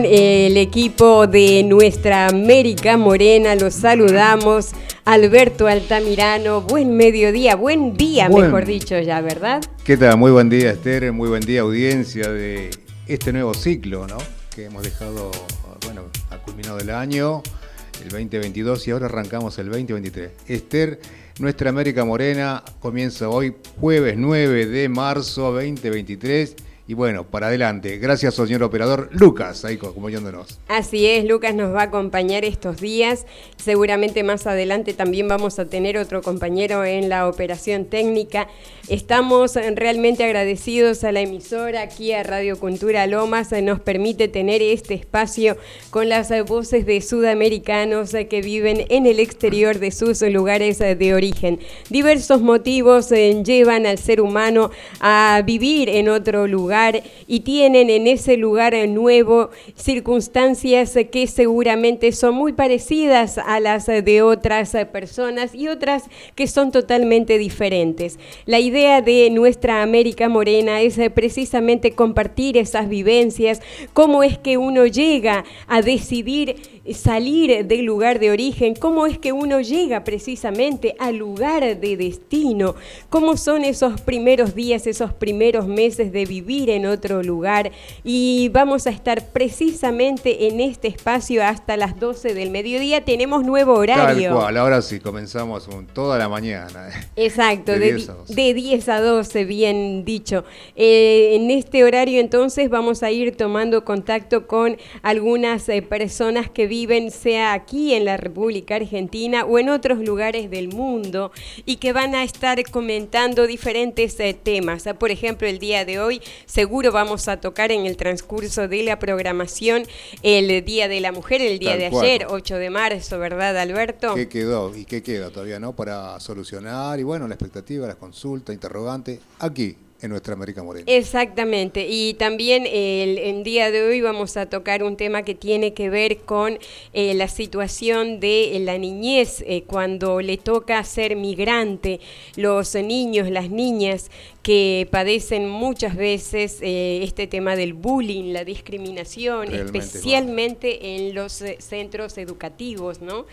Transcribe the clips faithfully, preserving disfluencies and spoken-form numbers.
El equipo de Nuestra América Morena, los saludamos. Alberto Altamirano, buen mediodía, buen día, buen, mejor dicho ya, ¿verdad? ¿Qué tal? Muy buen día, Esther, muy buen día, audiencia de este nuevo ciclo, ¿no? Que hemos dejado, bueno, ha culminado el año, el veinte veintidós, y ahora arrancamos el veinte veintitrés. Esther, Nuestra América Morena comienza hoy, jueves nueve de marzo veinte veintitrés. Y bueno, para adelante. Gracias, señor operador Lucas, ahí acompañándonos. Así es, Lucas nos va a acompañar estos días. Seguramente más adelante también vamos a tener otro compañero en la operación técnica. Estamos realmente agradecidos a la emisora, aquí a Radio Cultura Lomas, nos permite tener este espacio con las voces de sudamericanos que viven en el exterior de sus lugares de origen. Diversos motivos llevan al ser humano a vivir en otro lugar y tienen en ese lugar nuevo circunstancias que seguramente son muy parecidas a las de otras personas y otras que son totalmente diferentes. La idea de Nuestra América Morena es precisamente compartir esas vivencias, cómo es que uno llega a decidir salir del lugar de origen, cómo es que uno llega precisamente al lugar de destino, cómo son esos primeros días, esos primeros meses de vivir en otro lugar, y vamos a estar precisamente en este espacio hasta las doce del mediodía. Tenemos nuevo horario. Tal cual, ahora sí, comenzamos un, toda la mañana. Exacto, de, de, de diez a doce, bien dicho. Eh, en este horario entonces vamos a ir tomando contacto con algunas eh, personas que viven, sea aquí en la República Argentina o en otros lugares del mundo, y que van a estar comentando diferentes eh, temas. Por ejemplo, el día de hoy seguro vamos a tocar en el transcurso de la programación el Día de la Mujer, el día Tal de cual. ayer, ocho de marzo, ¿verdad, Alberto? ¿Qué quedó? ¿Y qué queda todavía, no? Para solucionar, y bueno, la expectativa, las consultas, interrogantes, aquí en Nuestra América Morena. Exactamente, y también el, el día de hoy vamos a tocar un tema que tiene que ver con eh, la situación de la niñez, eh, cuando le toca ser migrante, los niños, las niñas que padecen muchas veces eh, este tema del bullying, la discriminación, Realmente especialmente bueno. en los eh, centros educativos, ¿no?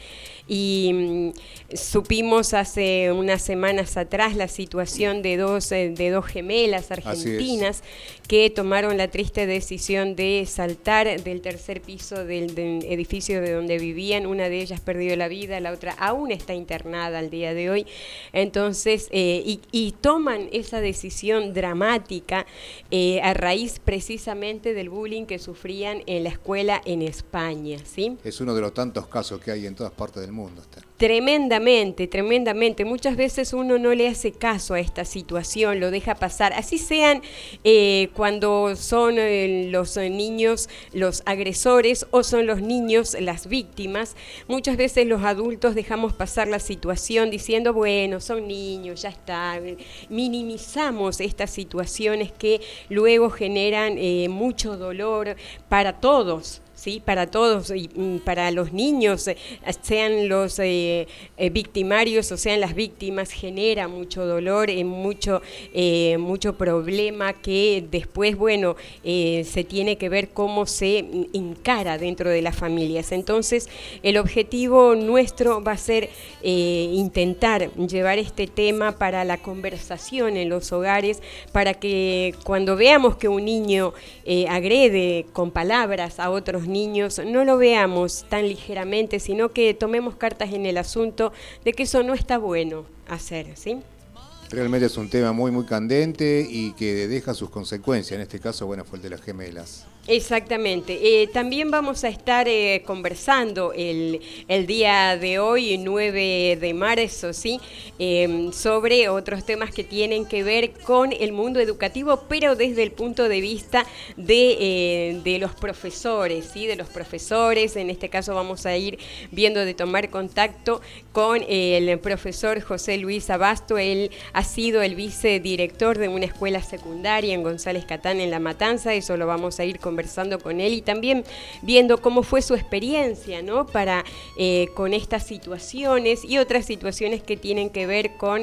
Y mm, supimos hace unas semanas atrás la situación de dos, eh, de dos gemelas argentinas que tomaron la triste decisión de saltar del tercer piso del, del edificio de donde vivían. Una de ellas perdió la vida, la otra aún está internada al día de hoy. Entonces, eh, y, y toman esa decisión decisión dramática eh, a raíz precisamente del bullying que sufrían en la escuela en España, ¿sí? Es uno de los tantos casos que hay en todas partes del mundo. Esther. Tremendamente, tremendamente. Muchas veces uno no le hace caso a esta situación, lo deja pasar. Así sean eh, cuando son eh, los eh, niños los agresores o son los niños las víctimas. Muchas veces los adultos dejamos pasar la situación diciendo, bueno, son niños, ya está. Minimizamos estas situaciones que luego generan eh, mucho dolor para todos. Sí, para todos, y para los niños, sean los eh, eh, victimarios o sean las víctimas, genera mucho dolor, eh, mucho, eh, mucho problema que después, bueno, eh, se tiene que ver cómo se encara dentro de las familias. Entonces, el objetivo nuestro va a ser eh, intentar llevar este tema para la conversación en los hogares, para que cuando veamos que un niño eh, agrede con palabras a otros niños, no lo veamos tan ligeramente, sino que tomemos cartas en el asunto de que eso no está bueno hacer, ¿sí? Realmente es un tema muy, muy candente y que deja sus consecuencias. En este caso, bueno, fue el de las gemelas. Exactamente. Eh, también vamos a estar eh, conversando el, el día de hoy, nueve de marzo, ¿sí? Eh, sobre otros temas que tienen que ver con el mundo educativo, pero desde el punto de vista de, eh, de los profesores, ¿sí? De los profesores. En este caso vamos a ir viendo de tomar contacto con el profesor José Luis Abasto. Él ha sido el vicedirector de una escuela secundaria en González Catán, en La Matanza. Eso lo vamos a ir conversando conversando con él y también viendo cómo fue su experiencia, ¿no? Para eh, con estas situaciones y otras situaciones que tienen que ver con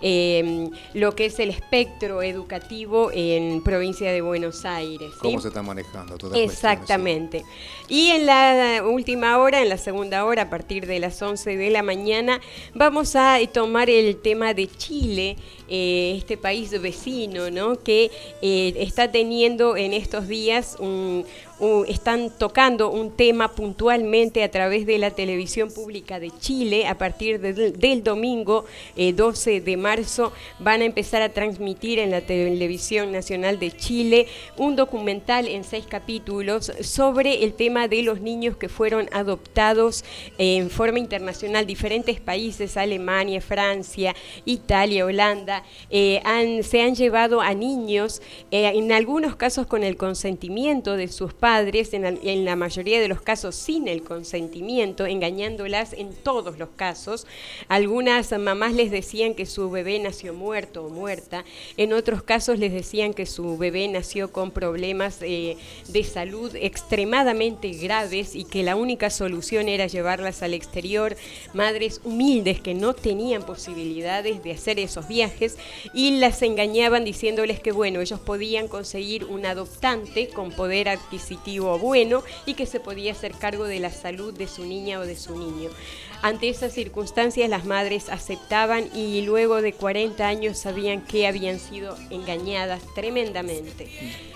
eh, lo que es el espectro educativo en provincia de Buenos Aires, ¿sí? ¿Cómo se está manejando toda Exactamente. Y en la última hora, en la segunda hora, a partir de las once de la mañana, vamos a tomar el tema de Chile, eh, este país vecino, ¿no? Que eh, está teniendo en estos días un... Uh, están tocando un tema puntualmente a través de la televisión pública de Chile. A partir de, del domingo eh, doce de marzo van a empezar a transmitir en la televisión nacional de Chile un documental en seis capítulos sobre el tema de los niños que fueron adoptados eh, en forma internacional. Diferentes países, Alemania, Francia, Italia, Holanda, eh, han, se han llevado a niños, eh, en algunos casos con el consentimiento de sus padres, padres, en, en la mayoría de los casos sin el consentimiento, engañándolas en todos los casos. Algunas mamás les decían que su bebé nació muerto o muerta, en otros casos les decían que su bebé nació con problemas eh, de salud extremadamente graves y que la única solución era llevarlas al exterior, madres humildes que no tenían posibilidades de hacer esos viajes y las engañaban diciéndoles que bueno, ellos podían conseguir un adoptante con poder adquisitivo bueno y que se podía hacer cargo de la salud de su niña o de su niño. Ante esas circunstancias las madres aceptaban y luego de cuarenta años sabían que habían sido engañadas tremendamente.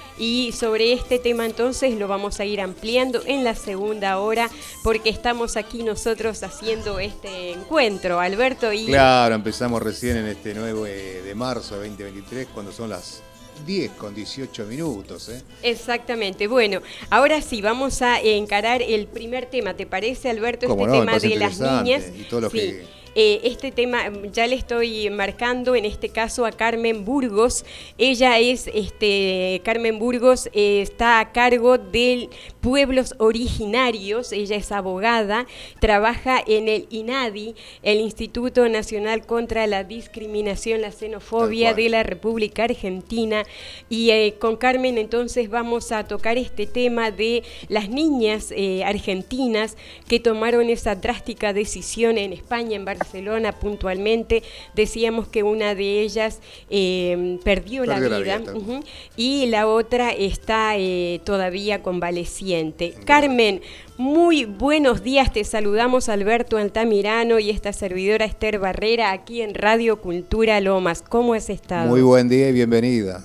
Y sobre este tema entonces lo vamos a ir ampliando en la segunda hora porque estamos aquí nosotros haciendo este encuentro, Alberto. Y claro, empezamos recién en este nueve de marzo de veinte veintitrés cuando son las diez con dieciocho minutos. ¿eh? Exactamente. Bueno, ahora sí, vamos a encarar el primer tema. ¿Te parece, Alberto, este no, tema de las niñas? Y todo lo sí. que... Eh, este tema ya le estoy marcando en este caso a Carmen Burgos. Ella es, este, Carmen Burgos eh, está a cargo de pueblos originarios. Ella es abogada, trabaja en el INADI, el Instituto Nacional contra la Discriminación, la Xenofobia de la República Argentina. Y eh, con Carmen entonces vamos a tocar este tema de las niñas eh, argentinas que tomaron esa drástica decisión en España, en Barcelona. Barcelona puntualmente, decíamos que una de ellas eh, perdió, perdió la vida, la vida uh-huh, y la otra está eh, todavía convaleciente. Uh-huh. Carmen, muy buenos días, te saludamos Alberto Altamirano y esta servidora Esther Barrera aquí en Radio Cultura Lomas. ¿Cómo has estado? Muy buen día y bienvenida.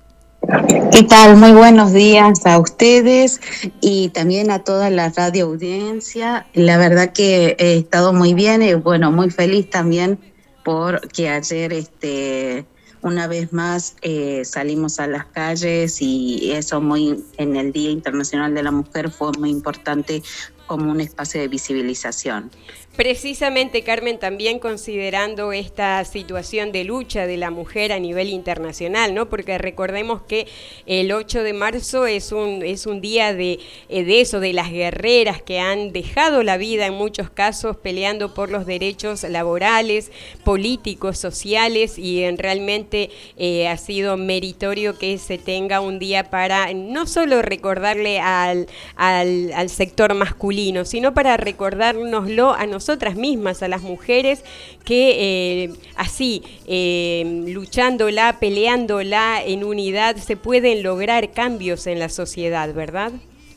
¿Qué tal? Muy buenos días a ustedes y también a toda la radio audiencia. La verdad que he estado muy bien y bueno, muy feliz también porque ayer este una vez más eh, salimos a las calles y eso muy en el Día Internacional de la Mujer fue muy importante como un espacio de visibilización. Precisamente, Carmen, también considerando esta situación de lucha de la mujer a nivel internacional, ¿no? Porque recordemos que el ocho de marzo es un es un día de, de eso, de las guerreras que han dejado la vida en muchos casos peleando por los derechos laborales, políticos, sociales y en realmente eh, ha sido meritorio que se tenga un día para no solo recordarle al, al, al sector masculino, sino para recordárnoslo a nosotros nosotras mismas, a las mujeres que eh, así, eh, luchándola, peleándola en unidad, se pueden lograr cambios en la sociedad, ¿verdad?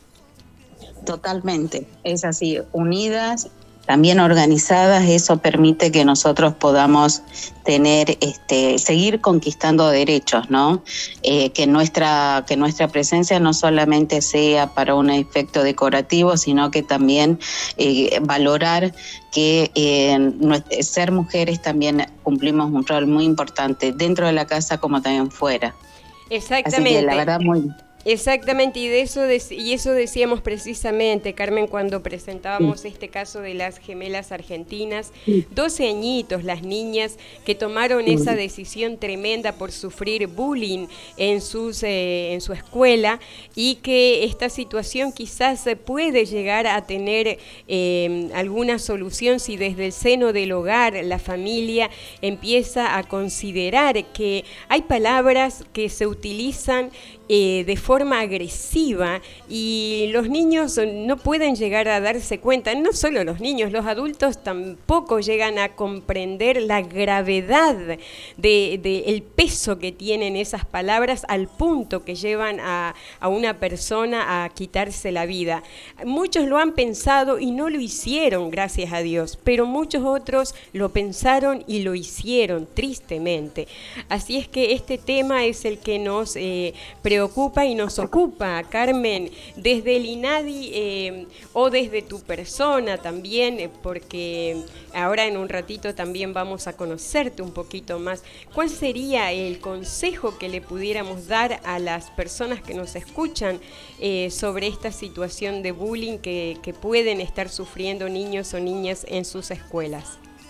Totalmente, es así, unidas, también organizadas, eso permite que nosotros podamos tener, este, seguir conquistando derechos, ¿no? Eh, que nuestra, que nuestra presencia no solamente sea para un efecto decorativo, sino que también eh, valorar que eh, ser mujeres también cumplimos un rol muy importante dentro de la casa como también fuera. Exactamente. Así que la verdad muy... Exactamente, y de eso de, y eso decíamos precisamente, Carmen, cuando presentábamos sí. este caso de las gemelas argentinas, sí. doce añitos las niñas que tomaron sí. esa decisión tremenda por sufrir bullying en sus eh, en su escuela y que esta situación quizás puede llegar a tener eh, alguna solución si desde el seno del hogar la familia empieza a considerar que hay palabras que se utilizan eh, de forma agresiva y los niños no pueden llegar a darse cuenta, no solo los niños, los adultos tampoco llegan a comprender la gravedad de, de el peso que tienen esas palabras al punto que llevan a, a una persona a quitarse la vida. Muchos lo han pensado y no lo hicieron, gracias a Dios, pero muchos otros lo pensaron y lo hicieron, tristemente. Así es que este tema es el que nos eh, preocupa y nos ocupa, Carmen, desde el INADI eh, o desde tu persona también, eh, porque ahora en un ratito también vamos a conocerte un poquito más. ¿Cuál sería el consejo que le pudiéramos dar a las personas que nos escuchan eh, sobre esta situación de bullying que, que pueden estar sufriendo niños o niñas en sus escuelas?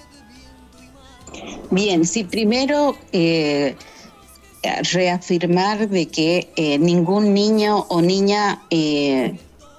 Bien, sí, primero eh, reafirmar de que eh, ningún niño o niña eh,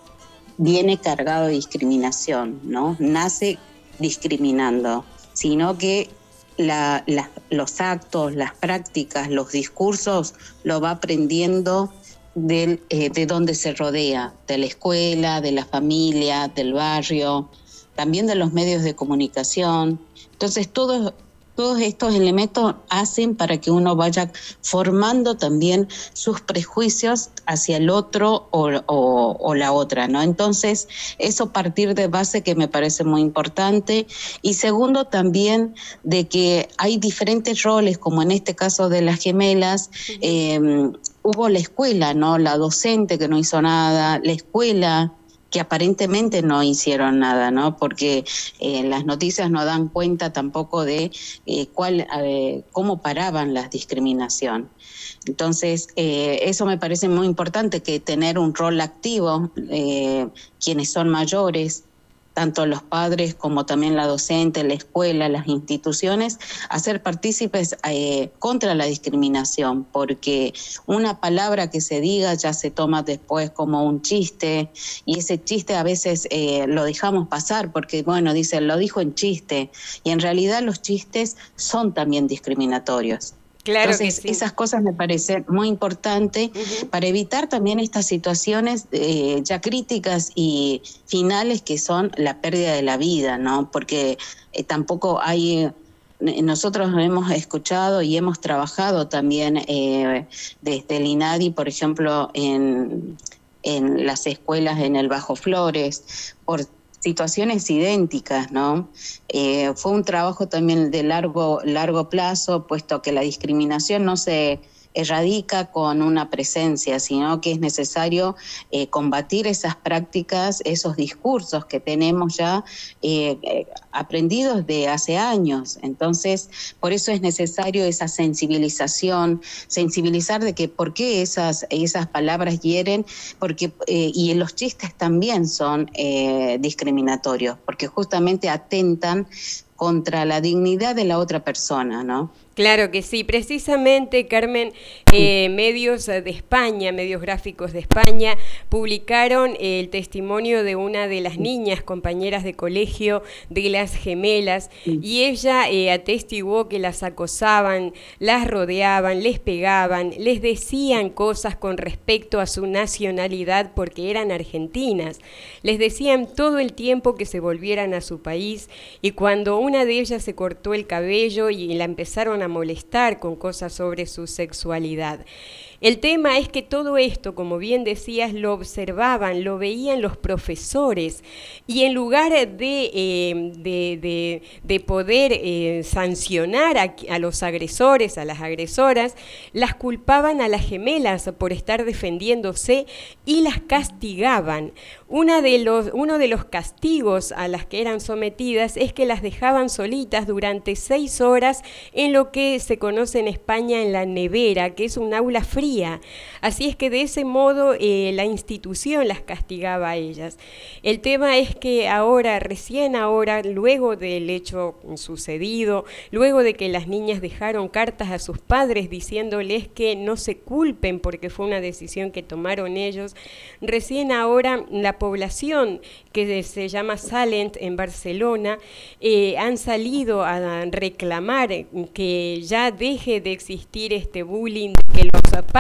viene cargado de discriminación, ¿no? Nace discriminando, sino que la, la, los actos, las prácticas, los discursos lo va aprendiendo del, eh, de donde se rodea, de la escuela, de la familia, del barrio, también de los medios de comunicación. Entonces, todos, todos estos elementos hacen para que uno vaya formando también sus prejuicios hacia el otro o, o, o la otra, ¿no? Entonces, eso partir de base que me parece muy importante. Y segundo, también de que hay diferentes roles, como en este caso de las gemelas, eh, hubo la escuela, ¿no? La docente que no hizo nada, la escuela que aparentemente no hicieron nada, ¿no? Porque eh, las noticias no dan cuenta tampoco de eh, cuál, eh, cómo paraban la discriminación. Entonces, eh, eso me parece muy importante, que tener un rol activo, eh, quienes son mayores, tanto los padres como también la docente, la escuela, las instituciones, hacer partícipes eh, contra la discriminación, porque una palabra que se diga ya se toma después como un chiste, y ese chiste a veces eh, lo dejamos pasar porque, bueno, dicen, lo dijo en chiste, y en realidad los chistes son también discriminatorios. Claro. Entonces, que sí. Esas cosas me parecen muy importantes uh-huh. para evitar también estas situaciones eh, ya críticas y finales, que son la pérdida de la vida, ¿no? Porque eh, tampoco hay... Eh, nosotros hemos escuchado y hemos trabajado también eh, desde el INADI, por ejemplo, en, en las escuelas en el Bajo Flores, por situaciones idénticas, ¿no? Eh, fue un trabajo también de largo, largo plazo, puesto que la discriminación no se erradica con una presencia, sino que es necesario eh, combatir esas prácticas, esos discursos que tenemos ya eh, eh, aprendidos de hace años. Entonces, por eso es necesario esa sensibilización, sensibilizar de que por qué esas, esas palabras hieren, porque eh, y los chistes también son eh, discriminatorios, porque justamente atentan contra la dignidad de la otra persona, ¿no? Claro que sí, precisamente, Carmen, eh, medios de España, medios gráficos de España, publicaron el testimonio de una de las niñas, compañeras de colegio de las gemelas, y ella eh, atestiguó que las acosaban, las rodeaban, les pegaban, les decían cosas con respecto a su nacionalidad porque eran argentinas, les decían todo el tiempo que se volvieran a su país, y cuando una de ellas se cortó el cabello y la empezaron a molestar con cosas sobre su sexualidad. El tema es que todo esto, como bien decías, lo observaban, lo veían los profesores, y en lugar de, eh, de, de, de poder eh, sancionar a, a los agresores, a las agresoras, las culpaban a las gemelas por estar defendiéndose y las castigaban. Una de los, uno de los castigos a las que eran sometidas es que las dejaban solitas durante seis horas en lo que se conoce en España en la nevera, que es un aula fría. Así es que de ese modo eh, la institución las castigaba a ellas. El tema es que ahora, recién ahora, luego del hecho sucedido, luego de que las niñas dejaron cartas a sus padres diciéndoles que no se culpen porque fue una decisión que tomaron ellos, recién ahora la población que se llama Salent en Barcelona eh, han salido a reclamar que ya deje de existir este bullying, que los padres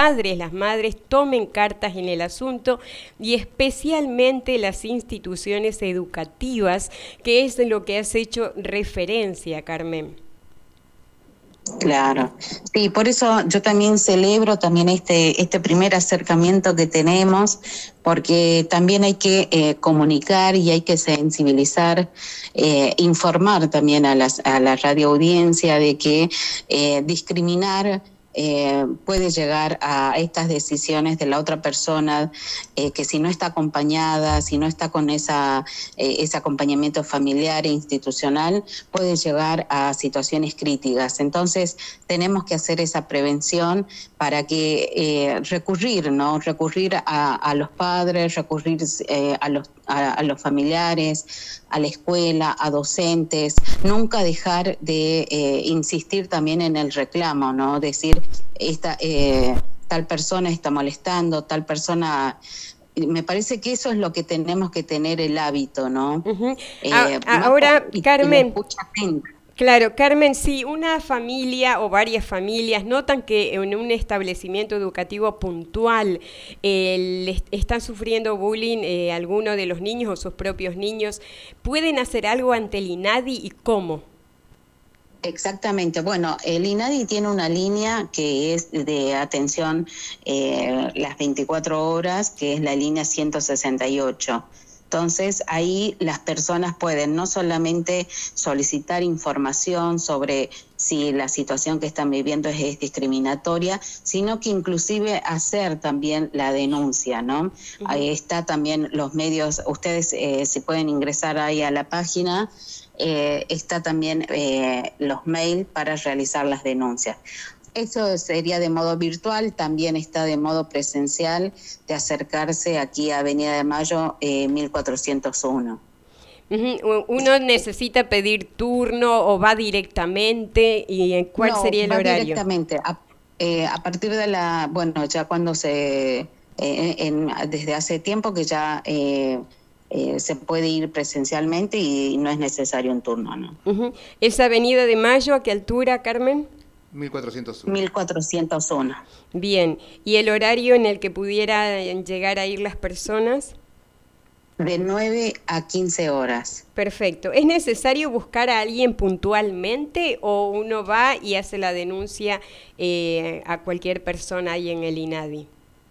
padres, las madres tomen cartas en el asunto y especialmente las instituciones educativas, que es lo que has hecho referencia, Carmen. Claro, sí, por eso yo también celebro también este, este primer acercamiento que tenemos, porque también hay que eh, comunicar y hay que sensibilizar, eh, informar también a, las, a la radioaudiencia de que eh, discriminar Eh, puede llegar a estas decisiones de la otra persona, eh, que si no está acompañada, si no está con esa, eh, ese acompañamiento familiar e institucional, puede llegar a situaciones críticas. Entonces, tenemos que hacer esa prevención para que eh, recurrir, ¿no? Recurrir a, a los padres, recurrir eh, a, los, a, a los familiares, a la escuela, a docentes, nunca dejar de eh, insistir también en el reclamo, ¿no? Decir, esta, eh, tal persona está molestando, tal persona... Me parece que eso es lo que tenemos que tener el hábito, ¿no? Uh-huh. Eh, a, ahora, y, Carmen... Y escucha atenta. Claro, Carmen, si una familia o varias familias notan que en un establecimiento educativo puntual eh, les están sufriendo bullying eh, algunos de los niños o sus propios niños, ¿pueden hacer algo ante el INADI y cómo? Exactamente. Bueno, el INADI tiene una línea que es de atención eh, las veinticuatro horas, que es la línea ciento sesenta y ocho. Entonces, ahí las personas pueden no solamente solicitar información sobre si la situación que están viviendo es, es discriminatoria, sino que inclusive hacer también la denuncia, ¿no? Uh-huh. Ahí está también los medios, ustedes eh, si pueden ingresar ahí a la página, eh, está también eh, los mails para realizar las denuncias. Eso sería de modo virtual, también está de modo presencial, de acercarse aquí a Avenida de Mayo eh, mil cuatrocientos uno. Uh-huh. ¿Uno necesita pedir turno o va directamente? ¿Y cuál no, sería el va horario? Directamente, a, eh, a partir de la, bueno, ya cuando se, eh, en, desde hace tiempo que ya... Eh, Eh, se puede ir presencialmente y no es necesario un turno, ¿no? Uh-huh. ¿Esa Avenida de Mayo a qué altura, Carmen? mil cuatrocientos uno. mil cuatrocientos uno. Bien, ¿y el horario en el que pudieran llegar a ir las personas? De nueve a quince horas. Perfecto. ¿Es necesario buscar a alguien puntualmente o uno va y hace la denuncia eh, a cualquier persona ahí en el INADI?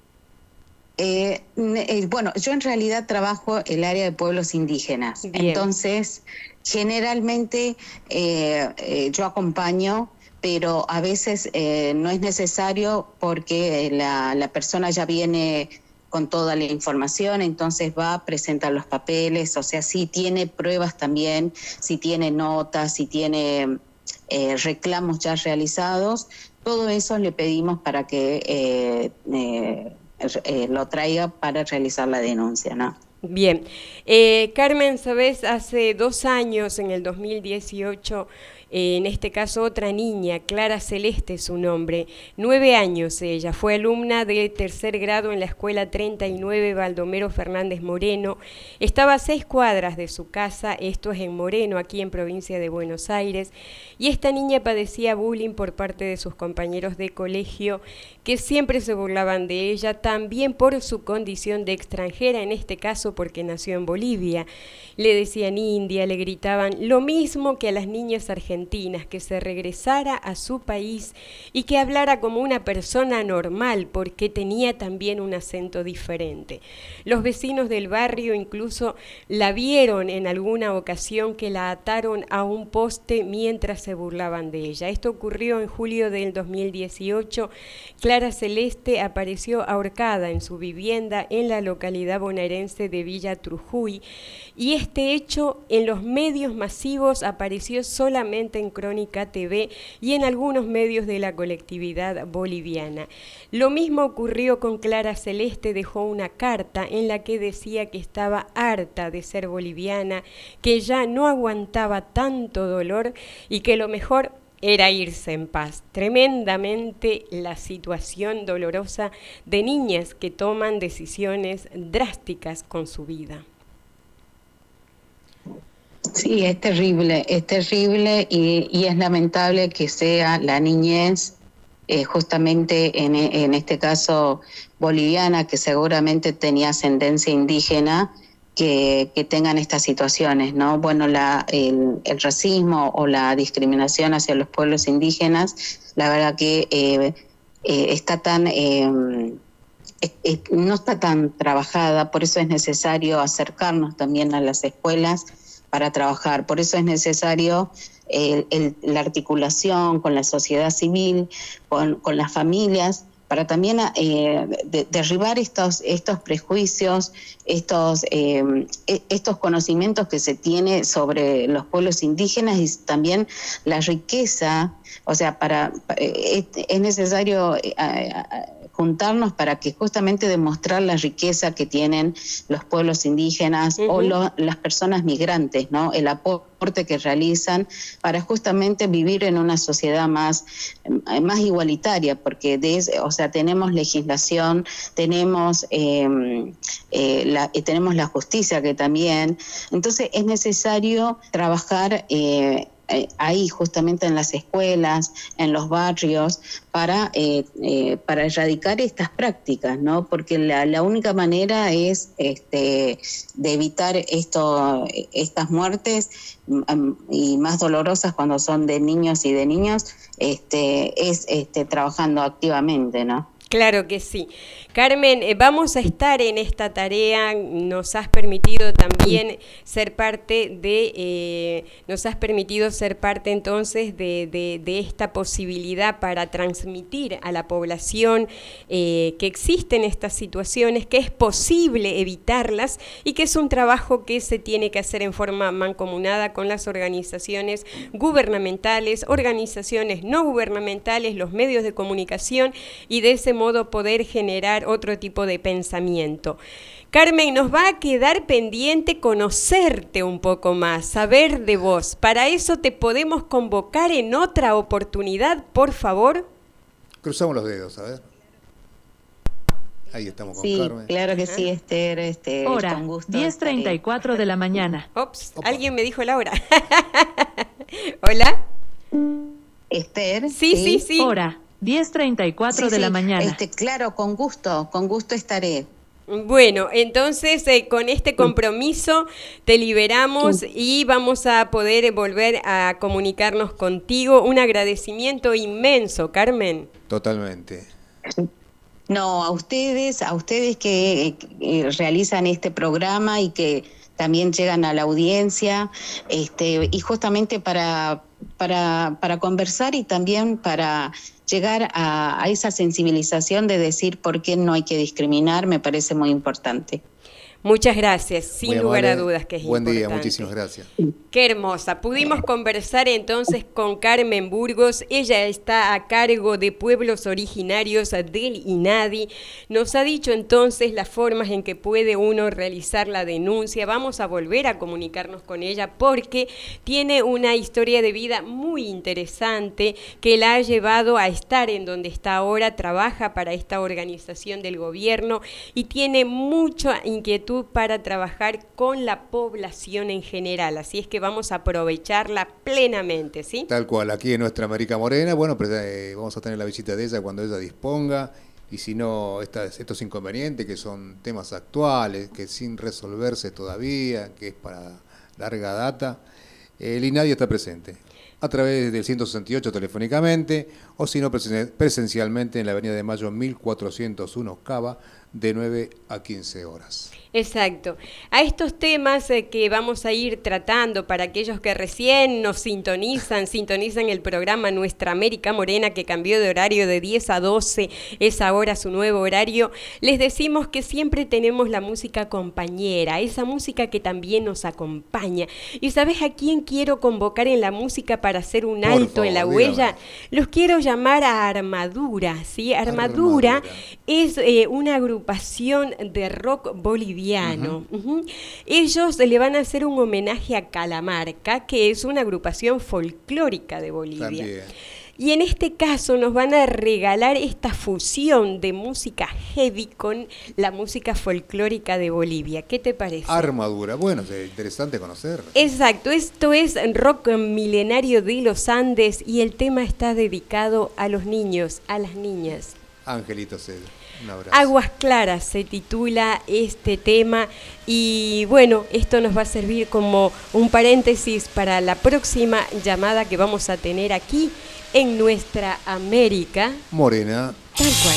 Eh, eh, bueno, yo en realidad trabajo el área de pueblos indígenas. Bien. Entonces, generalmente eh, eh, yo acompaño, pero a veces eh, no es necesario porque la, la persona ya viene con toda la información, entonces va, presenta los papeles, o sea, si tiene pruebas también, si tiene notas, si tiene eh, reclamos ya realizados, todo eso le pedimos para que... Eh, eh, Eh, lo traiga para realizar la denuncia, ¿no? Bien. Eh, Carmen, sabes, hace dos años, en el dos mil dieciocho, eh, en este caso otra niña, Clara Celeste su nombre, nueve años ella, fue alumna de tercer grado en la escuela treinta y nueve Baldomero Fernández Moreno, estaba a seis cuadras de su casa, esto es en Moreno, aquí en provincia de Buenos Aires, y esta niña padecía bullying por parte de sus compañeros de colegio, que siempre se burlaban de ella, también por su condición de extranjera, en este caso porque nació en Bolivia. Le decían india, le gritaban lo mismo que a las niñas argentinas, que se regresara a su país y que hablara como una persona normal, porque tenía también un acento diferente. Los vecinos del barrio incluso la vieron en alguna ocasión que la ataron a un poste mientras se burlaban de ella. Esto ocurrió en julio del dos mil dieciocho. Clara Celeste apareció ahorcada en su vivienda en la localidad bonaerense de Villa Trujuy, y este hecho en los medios masivos apareció solamente en Crónica T V y en algunos medios de la colectividad boliviana. Lo mismo ocurrió con Clara Celeste, dejó una carta en la que decía que estaba harta de ser boliviana, que ya no aguantaba tanto dolor y que lo mejor era irse en paz. Tremendamente la situación dolorosa de niñas que toman decisiones drásticas con su vida. Sí, es terrible, es terrible y, y es lamentable que sea la niñez eh, justamente en, en este caso boliviana, que seguramente tenía ascendencia indígena, que, que tengan estas situaciones, ¿no? Bueno, la, el, el racismo o la discriminación hacia los pueblos indígenas, la verdad que eh, eh, está tan... Eh, no está tan trabajada, por eso es necesario acercarnos también a las escuelas para trabajar, por eso es necesario el, el, la articulación con la sociedad civil, con, con las familias, para también eh, de, derribar estos, estos prejuicios, estos, eh, estos conocimientos que se tiene sobre los pueblos indígenas y también la riqueza, o sea, para es, es necesario eh, juntarnos para que justamente demostrar la riqueza que tienen los pueblos indígenas uh-huh. o lo, las personas migrantes, ¿no? El aporte que realizan para justamente vivir en una sociedad más, más igualitaria, porque de, o sea, tenemos legislación, tenemos, eh, eh, la, tenemos la justicia que también, entonces es necesario trabajar eh, ahí justamente en las escuelas, en los barrios, para, eh, eh, para erradicar estas prácticas, ¿no? Porque la, la única manera es este, de evitar esto, estas muertes um, y más dolorosas cuando son de niños y de niñas, este, es este, trabajando activamente, ¿no? Claro que sí. Carmen, eh, vamos a estar en esta tarea, nos has permitido también ser parte de, eh, nos has permitido ser parte entonces de, de, de esta posibilidad para transmitir a la población eh, que existen estas situaciones, que es posible evitarlas y que es un trabajo que se tiene que hacer en forma mancomunada con las organizaciones gubernamentales, organizaciones no gubernamentales, los medios de comunicación y de ese modo poder generar otro tipo de pensamiento. Carmen, nos va a quedar pendiente conocerte un poco más, saber de vos. Para eso te podemos convocar en otra oportunidad, por favor. Cruzamos los dedos, a ver. Ahí estamos con sí, Carmen. Claro que sí, Esther. Este, hora, con gusto diez treinta y cuatro de la mañana. Ops, Opa. Alguien me dijo la hora. ¿Hola? Esther. Sí, sí, sí. sí. Hora. diez treinta y cuatro sí, de sí. la mañana. Este, claro, con gusto, con gusto estaré. Bueno, entonces eh, con este compromiso te liberamos sí. y vamos a poder volver a comunicarnos contigo. Un agradecimiento inmenso, Carmen. Totalmente. No, a ustedes, a ustedes que eh, realizan este programa y que también llegan a la audiencia, este, y justamente para, para, para conversar y también para llegar a, a esa sensibilización de decir por qué no hay que discriminar, me parece muy importante. Muchas gracias, sin lugar a dudas que es Buen importante. Buen día, muchísimas gracias. Qué hermosa. Pudimos conversar entonces con Carmen Burgos. Ella está a cargo de pueblos originarios del INADI. Nos ha dicho entonces las formas en que puede uno realizar la denuncia. Vamos a volver a comunicarnos con ella porque tiene una historia de vida muy interesante que la ha llevado a estar en donde está ahora. Trabaja para esta organización del gobierno y tiene mucha inquietud para trabajar con la población en general. Así es que vamos a aprovecharla plenamente, ¿sí? Tal cual, aquí en nuestra América Morena, bueno, pues, eh, vamos a tener la visita de ella cuando ella disponga, y si no, estas, estos inconvenientes que son temas actuales, que sin resolverse todavía, que es para larga data, el INADI está presente a través del ciento sesenta y ocho telefónicamente, o si no, presencialmente en la Avenida de Mayo mil cuatrocientos uno Cava, de nueve a quince horas. Exacto. A estos temas eh, que vamos a ir tratando para aquellos que recién nos sintonizan, sintonizan el programa Nuestra América Morena, que cambió de horario de diez a doce, es ahora su nuevo horario, les decimos que siempre tenemos la música compañera, esa música que también nos acompaña. ¿Y sabes a quién quiero convocar en la música para hacer un alto favor, en la dígame. huella? Los quiero llamar a Armadura, ¿sí? Armadura, Armadura. es eh, una agrupación de rock boliviano. Uh-huh. Uh-huh. Ellos le van a hacer un homenaje a Calamarca, que es una agrupación folclórica de Bolivia. También. Y en este caso nos van a regalar esta fusión de música heavy con la música folclórica de Bolivia. ¿Qué te parece? Armadura, bueno, es interesante conocer. Exacto, esto es rock milenario de los Andes y el tema está dedicado a los niños, a las niñas. Angelito Ced, un abrazo. Aguas Claras se titula este tema y bueno, esto nos va a servir como un paréntesis para la próxima llamada que vamos a tener aquí en nuestra América Morena. Tal cual.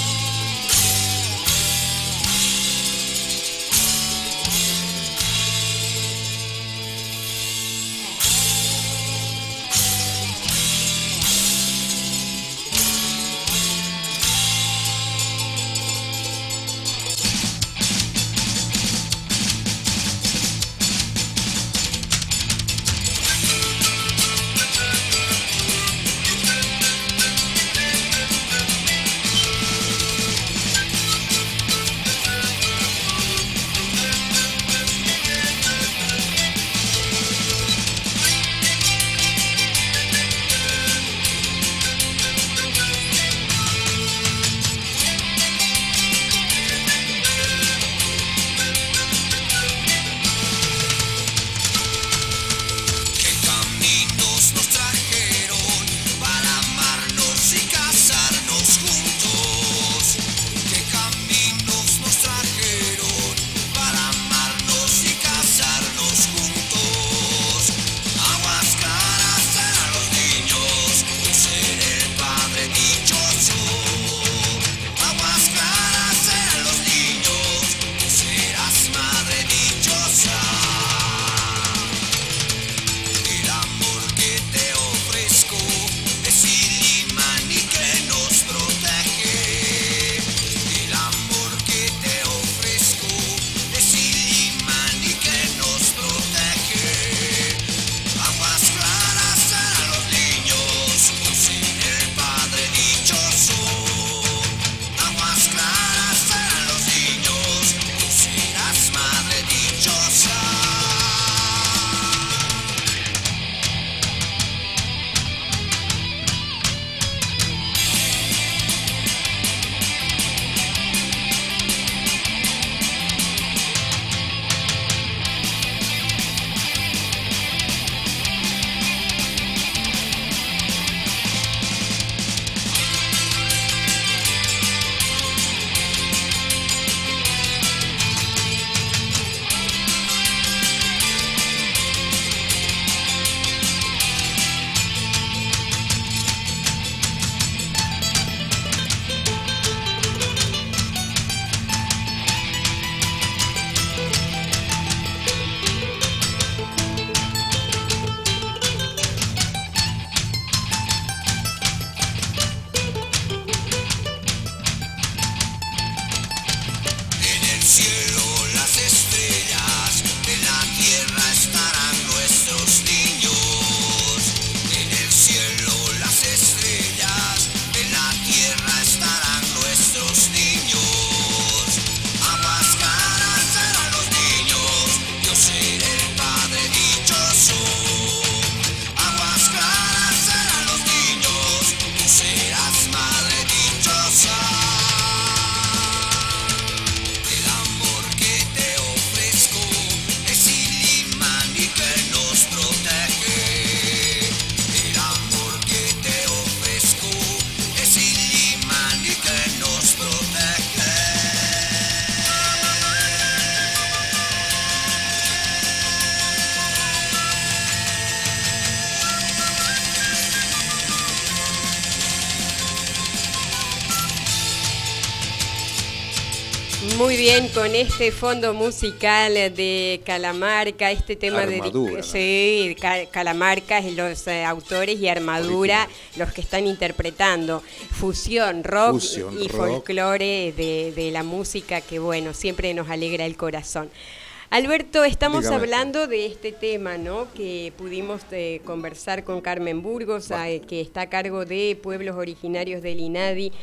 Muy bien, con este fondo musical de Calamarca, este tema Armadura, de... Sí, Calamarca es los eh, autores y Armadura Original. Los que están interpretando. Fusión, rock Fusión, y rock. folclore de, de la música que, bueno, siempre nos alegra el corazón. Alberto, estamos Dígame. hablando de este tema, ¿no? Que pudimos eh, conversar con Carmen Burgos, Bueno. eh, que está a cargo de Pueblos Originarios del INADI.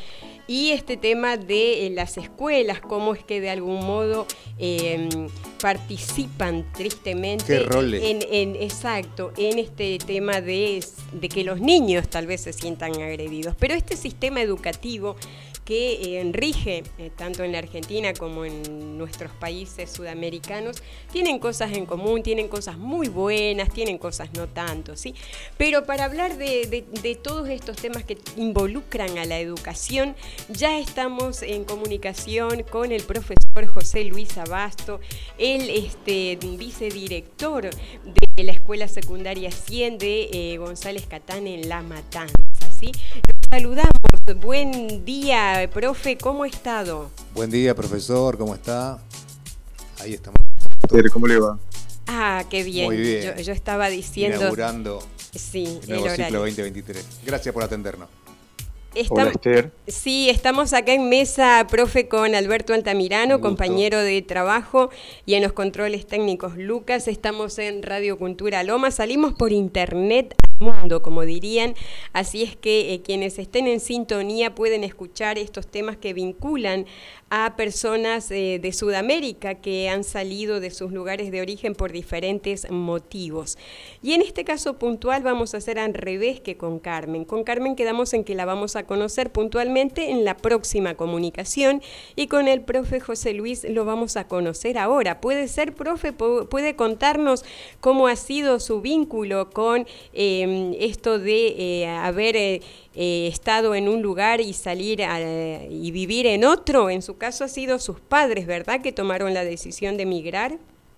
y este tema de eh, las escuelas, cómo es que de algún modo eh, participan tristemente ¿Qué roles? en, en exacto, en este tema de, de que los niños tal vez se sientan agredidos. Pero este sistema educativo que eh, rige eh, tanto en la Argentina como en nuestros países sudamericanos, tienen cosas en común, tienen cosas muy buenas, tienen cosas no tanto, ¿sí? Pero para hablar de, de, de todos estos temas que involucran a la educación, ya estamos en comunicación con el profesor José Luis Abasto, el este, vicedirector de la Escuela Secundaria cien de eh, González Catán en La Matanza, ¿sí? Los saludamos. Buen día, profe, ¿cómo ha estado? Buen día, profesor, ¿cómo está? Ahí estamos. ¿Cómo le va? Ah, qué bien. Muy bien. Yo, yo estaba diciendo... Inaugurando sí, el nuevo el horario. ciclo veinte veintitrés. Gracias por atendernos. Estam- Hola, Esther. Sí, estamos acá en mesa, profe, con Alberto Altamirano, Un gusto. compañero de trabajo, y en los controles técnicos Lucas. Estamos en Radio Cultura Loma, salimos por internet al mundo, como dirían, así es que eh, quienes estén en sintonía pueden escuchar estos temas que vinculan a personas eh, de Sudamérica que han salido de sus lugares de origen por diferentes motivos. Y en este caso puntual vamos a hacer al revés que con Carmen. Con Carmen quedamos en que la vamos a conocer puntualmente en la próxima comunicación, y con el profe José Luis lo vamos a conocer ahora. ¿Puede ser, profe? ¿Puede contarnos cómo ha sido su vínculo con eh, esto de eh, haber eh, eh, estado en un lugar y salir a, y vivir en otro? En su caso ha sido sus padres, ¿verdad?, que tomaron la decisión de emigrar.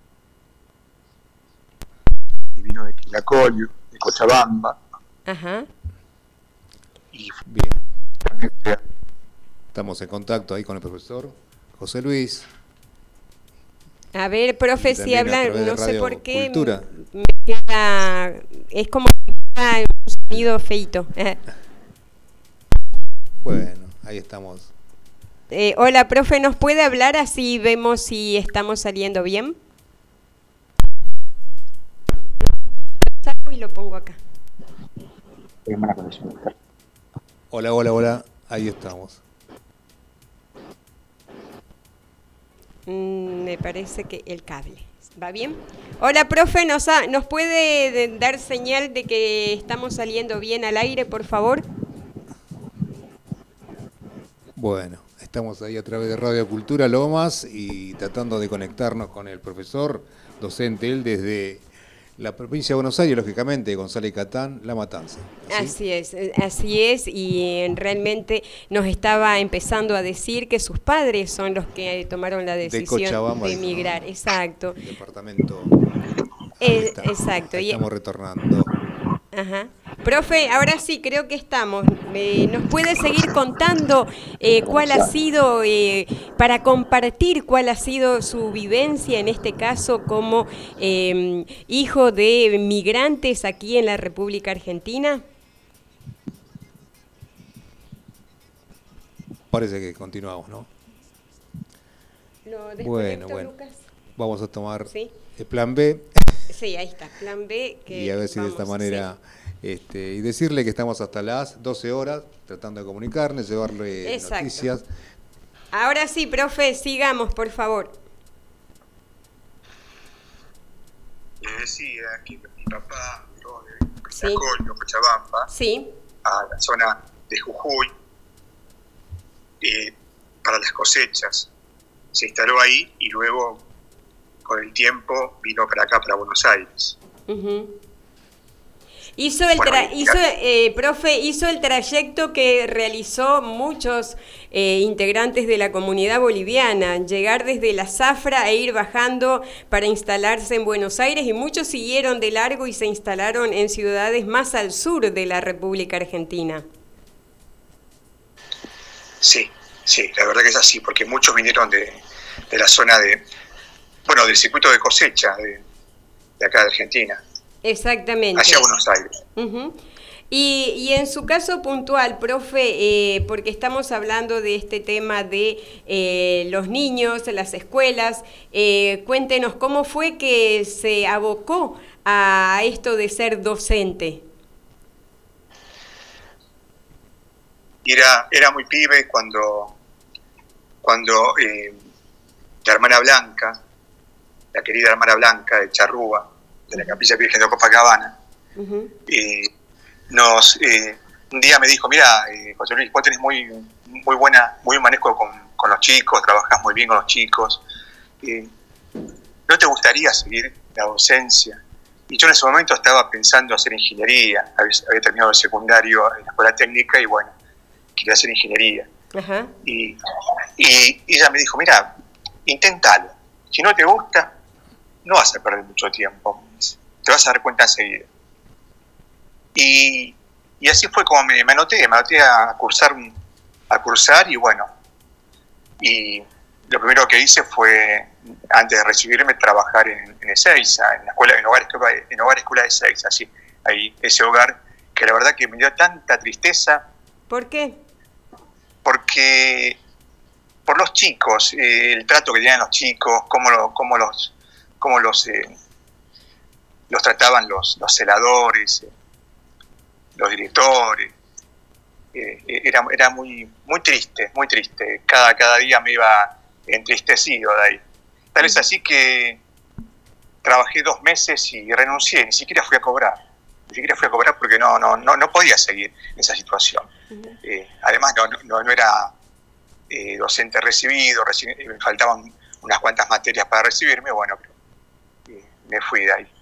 Y vino de Quilacolio, de Cochabamba. Ajá. Y Bien. finalmente Estamos en contacto ahí con el profesor José Luis. A ver, profe, Y si también a habla, través de no sé Radio por qué, Cultura. me queda, es como que queda un sonido feito. Bueno, ahí estamos. Eh, hola, profe, ¿nos puede hablar así vemos si estamos saliendo bien? Saco y lo pongo acá. hay mala conexión. Hola, hola, hola. Ahí estamos. Mm, me parece que el cable. ¿Va bien? Hola, profe, ¿nos, ha, ¿nos puede de, dar señal de que estamos saliendo bien al aire, por favor? Bueno, estamos ahí a través de Radio Cultura Lomas y tratando de conectarnos con el profesor, docente, él desde la provincia de Buenos Aires, lógicamente, González Catán, La Matanza. ¿Sí? Así es, así es, y realmente nos estaba empezando a decir que sus padres son los que tomaron la decisión de, Cochabamba, de emigrar. Dijo. Exacto. El departamento. Eh, exacto. Estamos y, retornando. Ajá. Profe, ahora sí, creo que estamos. Eh, ¿Nos puede seguir contando eh, cuál ha sido, eh, para compartir cuál ha sido su vivencia, en este caso, como eh, hijo de migrantes aquí en la República Argentina? Parece que continuamos, ¿no? ¿Lo bueno, bueno. Lucas? Vamos a tomar ¿Sí? el plan B. Sí, ahí está, plan B. Que y a ver si de esta manera... Este, y decirle que estamos hasta las doce horas tratando de comunicarnos, llevarle Exacto. noticias. Ahora sí, profe, sigamos, por favor. Eh, sí, aquí mi papá miró de Quilacolio, Cochabamba, sí. a la zona de Jujuy, eh, para las cosechas. Se instaló ahí y luego, con el tiempo, vino para acá, para Buenos Aires. Uh-huh. Hizo el tra- hizo, eh, profe, hizo el trayecto que realizó muchos eh, integrantes de la comunidad boliviana, llegar desde la Zafra e ir bajando para instalarse en Buenos Aires, y muchos siguieron de largo y se instalaron en ciudades más al sur de la República Argentina. Sí, sí, la verdad que es así, porque muchos vinieron de, de la zona de, bueno, del circuito de cosecha de, de acá de Argentina. Exactamente. Hacia Buenos Aires. Uh-huh. Y, y en su caso puntual, profe, eh, porque estamos hablando de este tema de eh, los niños, las escuelas, eh, cuéntenos cómo fue que se abocó a esto de ser docente. Y era, era muy pibe cuando, cuando eh, la hermana Blanca, la querida hermana Blanca de Charrúa, de la Capilla Virgen de Copacabana, uh-huh. eh, nos, eh, un día me dijo, mira, eh, José Luis, vos tenés muy, muy buena, muy buen manejo con, con los chicos, trabajás muy bien con los chicos, eh, ¿no te gustaría seguir la docencia? Y yo en ese momento estaba pensando hacer ingeniería, había, había terminado el secundario en la escuela técnica y bueno, quería hacer ingeniería. Uh-huh. Y, y ella me dijo, mira, inténtalo, si no te gusta, no vas a perder mucho tiempo, te vas a dar cuenta enseguida. Y, y así fue como me, me anoté, me anoté a cursar, a cursar y bueno, y lo primero que hice fue, antes de recibirme, trabajar en, en Ezeiza, en la escuela, en hogar, en hogar escuela de Ezeiza, así, ahí, ese hogar que la verdad que me dio tanta tristeza. ¿Por qué? Porque por los chicos, eh, el trato que tenían los chicos, cómo, lo, cómo los, cómo los, eh, los trataban los, los celadores, eh, los directores, eh, era, era muy, muy triste, muy triste. Cada, cada día me iba entristecido de ahí. Tal vez así que trabajé dos meses y renuncié, ni siquiera fui a cobrar. Ni siquiera fui a cobrar porque no, no, no, no podía seguir en esa situación. Uh-huh. Eh, además no, no, no era eh, docente recibido, reci- me faltaban unas cuantas materias para recibirme, bueno, pero eh, me fui de ahí.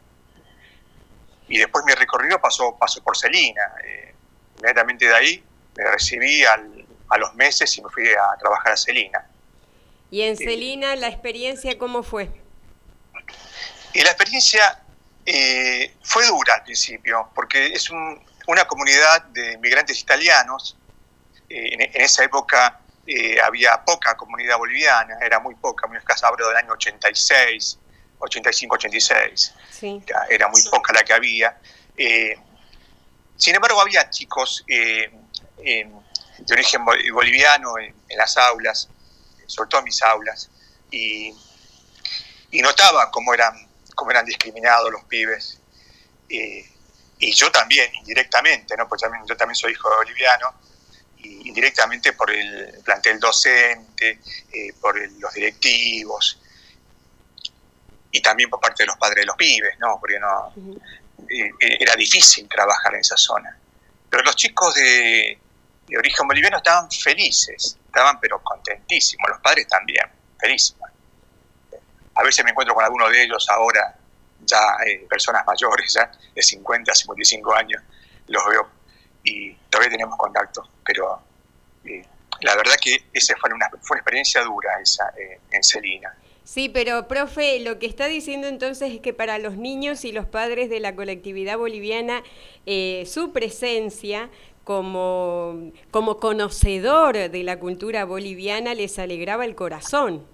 Y después mi recorrido pasó, pasó por Celina. Eh, inmediatamente de ahí me recibí al, a los meses y me fui a trabajar a Celina. ¿Y en Celina eh, la experiencia cómo fue? Y la experiencia eh, fue dura al principio, porque es un, una comunidad de inmigrantes italianos. Eh, en, en esa época eh, había poca comunidad boliviana, era muy poca, muy escasa, hablo del año ochenta y seis, ochenta y cinco, ochenta y seis. Sí. Era, era muy poca la que había. Eh, sin embargo, había chicos eh, eh, de origen boliviano en, en las aulas, sobre todo en mis aulas, y, y notaba cómo eran, cómo eran discriminados los pibes. Eh, y yo también, indirectamente, ¿no? Pues también, yo también soy hijo de boliviano, y indirectamente por el plantel docente, eh, por el, los directivos, y también por parte de los padres de los pibes, ¿no? Porque no, uh-huh. eh, era difícil trabajar en esa zona. Pero los chicos de, de origen boliviano estaban felices, estaban pero contentísimos, los padres también, felísimos. A veces me encuentro con alguno de ellos ahora, ya eh, personas mayores, ya de cincuenta, cincuenta y cinco años, los veo y todavía tenemos contacto, pero eh, la verdad que esa fue una, fue una experiencia dura esa eh, en Celina. Sí, pero profe, lo que está diciendo entonces es que para los niños y los padres de la colectividad boliviana, eh, su presencia como, como conocedor de la cultura boliviana les alegraba el corazón.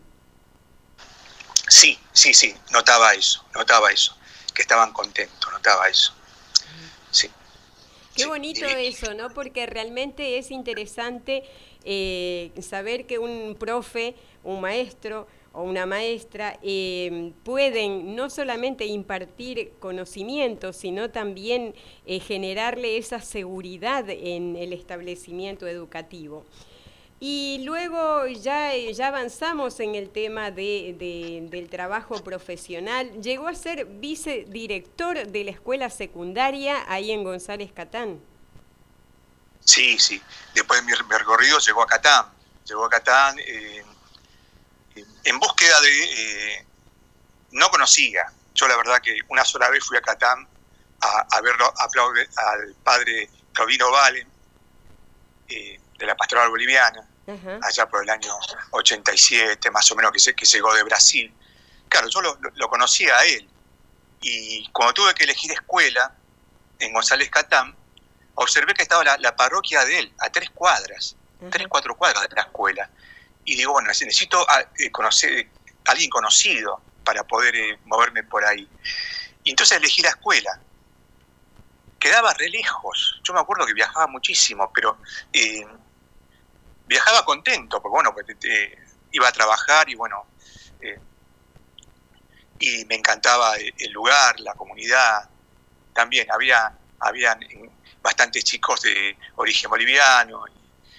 Sí, sí, sí, notaba eso, notaba eso, que estaban contentos, notaba eso, sí. Qué bonito sí. Eso, ¿no? Porque realmente es interesante eh, saber que un profe, un maestro o una maestra eh, pueden no solamente impartir conocimientos, sino también eh, generarle esa seguridad en el establecimiento educativo. Y luego ya, ya avanzamos en el tema de, de, del trabajo profesional. Llegó a ser vicedirector de la escuela secundaria ahí en González Catán. Sí, sí. Después de mi, mi recorrido llegó a Catán. Llegó a Catán eh, en búsqueda de... Eh, no conocía. Yo la verdad que una sola vez fui a Catán a, a verlo, a aplaudir al padre Claudino Valen, eh, de la Pastoral Boliviana, uh-huh. allá por el año ochenta y siete, más o menos, que, se, que llegó de Brasil. Claro, yo lo, lo, lo conocía a él, y cuando tuve que elegir escuela en González Catán, observé que estaba la, la parroquia de él, a tres cuadras, uh-huh. tres, cuatro cuadras de la escuela, y digo, bueno, necesito a, eh, conocer a alguien conocido para poder eh, moverme por ahí. Y entonces elegí la escuela. Quedaba re lejos, yo me acuerdo que viajaba muchísimo, pero... Eh, viajaba contento, porque bueno, pues, eh, iba a trabajar y bueno, eh, y me encantaba el lugar, la comunidad. También había habían bastantes chicos de origen boliviano,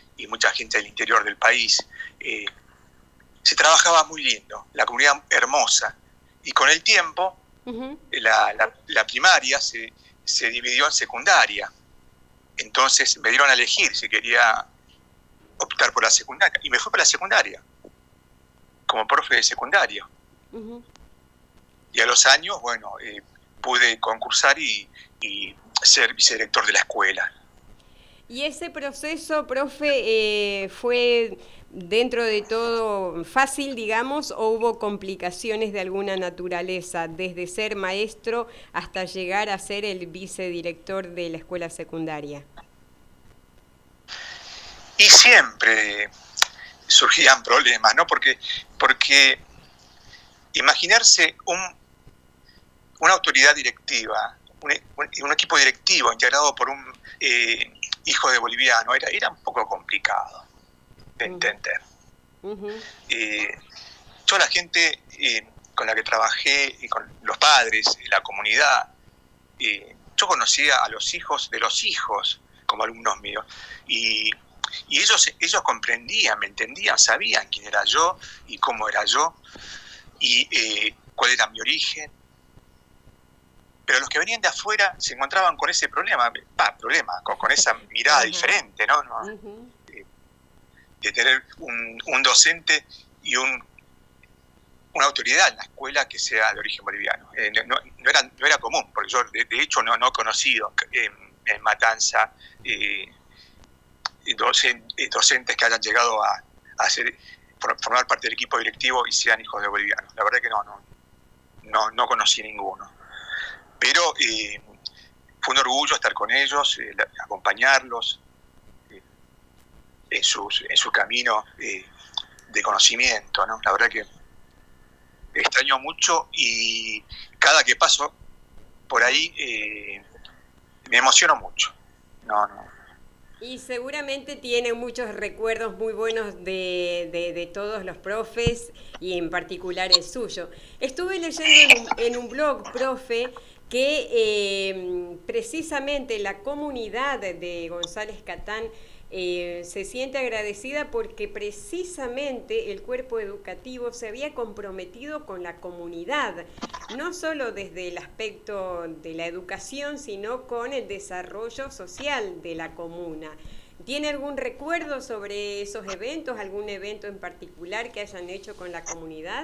y mucha gente del interior del país. Eh, se trabajaba muy lindo, la comunidad hermosa. Y con el tiempo, uh-huh. la, la, la primaria se, se dividió en secundaria. Entonces me dieron a elegir si quería optar por la secundaria. Y me fui por la secundaria, como profe de secundaria. Uh-huh. Y a los años, bueno, eh, pude concursar y, y ser vicedirector de la escuela. ¿Y ese proceso, profe, eh, fue dentro de todo fácil, digamos, o hubo complicaciones de alguna naturaleza, desde ser maestro hasta llegar a ser el vicedirector de la escuela secundaria? Y siempre surgían problemas, ¿no? Porque, porque imaginarse un, una autoridad directiva, un, un, un equipo directivo integrado por un eh, hijo de boliviano, era, era un poco complicado de entender. Uh-huh. Eh, toda la gente eh, con la que trabajé, y con los padres, la comunidad, eh, yo conocía a los hijos de los hijos como alumnos míos, y, y ellos, ellos comprendían, me entendían, sabían quién era yo y cómo era yo, y eh, cuál era mi origen. Pero los que venían de afuera se encontraban con ese problema, ah, problema, con, con esa mirada uh-huh. diferente, ¿no? ¿no? Uh-huh. De, de tener un, un docente y un, una autoridad en la escuela que sea de origen boliviano. Eh, no, no, era, no era común, porque yo de, de hecho no, no he conocido en, en Matanza eh, docentes, docentes que hayan llegado a, a ser, formar parte del equipo directivo y sean hijos de bolivianos. La verdad que no, no, no, no conocí ninguno. Pero eh, fue un orgullo estar con ellos, eh, acompañarlos eh, en, sus, en su camino eh, de conocimiento, ¿no? La verdad que extraño mucho y cada que paso por ahí eh, me emociono mucho. No, no. Y seguramente tiene muchos recuerdos muy buenos de, de, de todos los profes y en particular el suyo. Estuve leyendo en un, en un blog, profe, que eh, precisamente la comunidad de González Catán eh, se siente agradecida porque precisamente el cuerpo educativo se había comprometido con la comunidad, no solo desde el aspecto de la educación, sino con el desarrollo social de la comuna. ¿Tiene algún recuerdo sobre esos eventos, algún evento en particular que hayan hecho con la comunidad?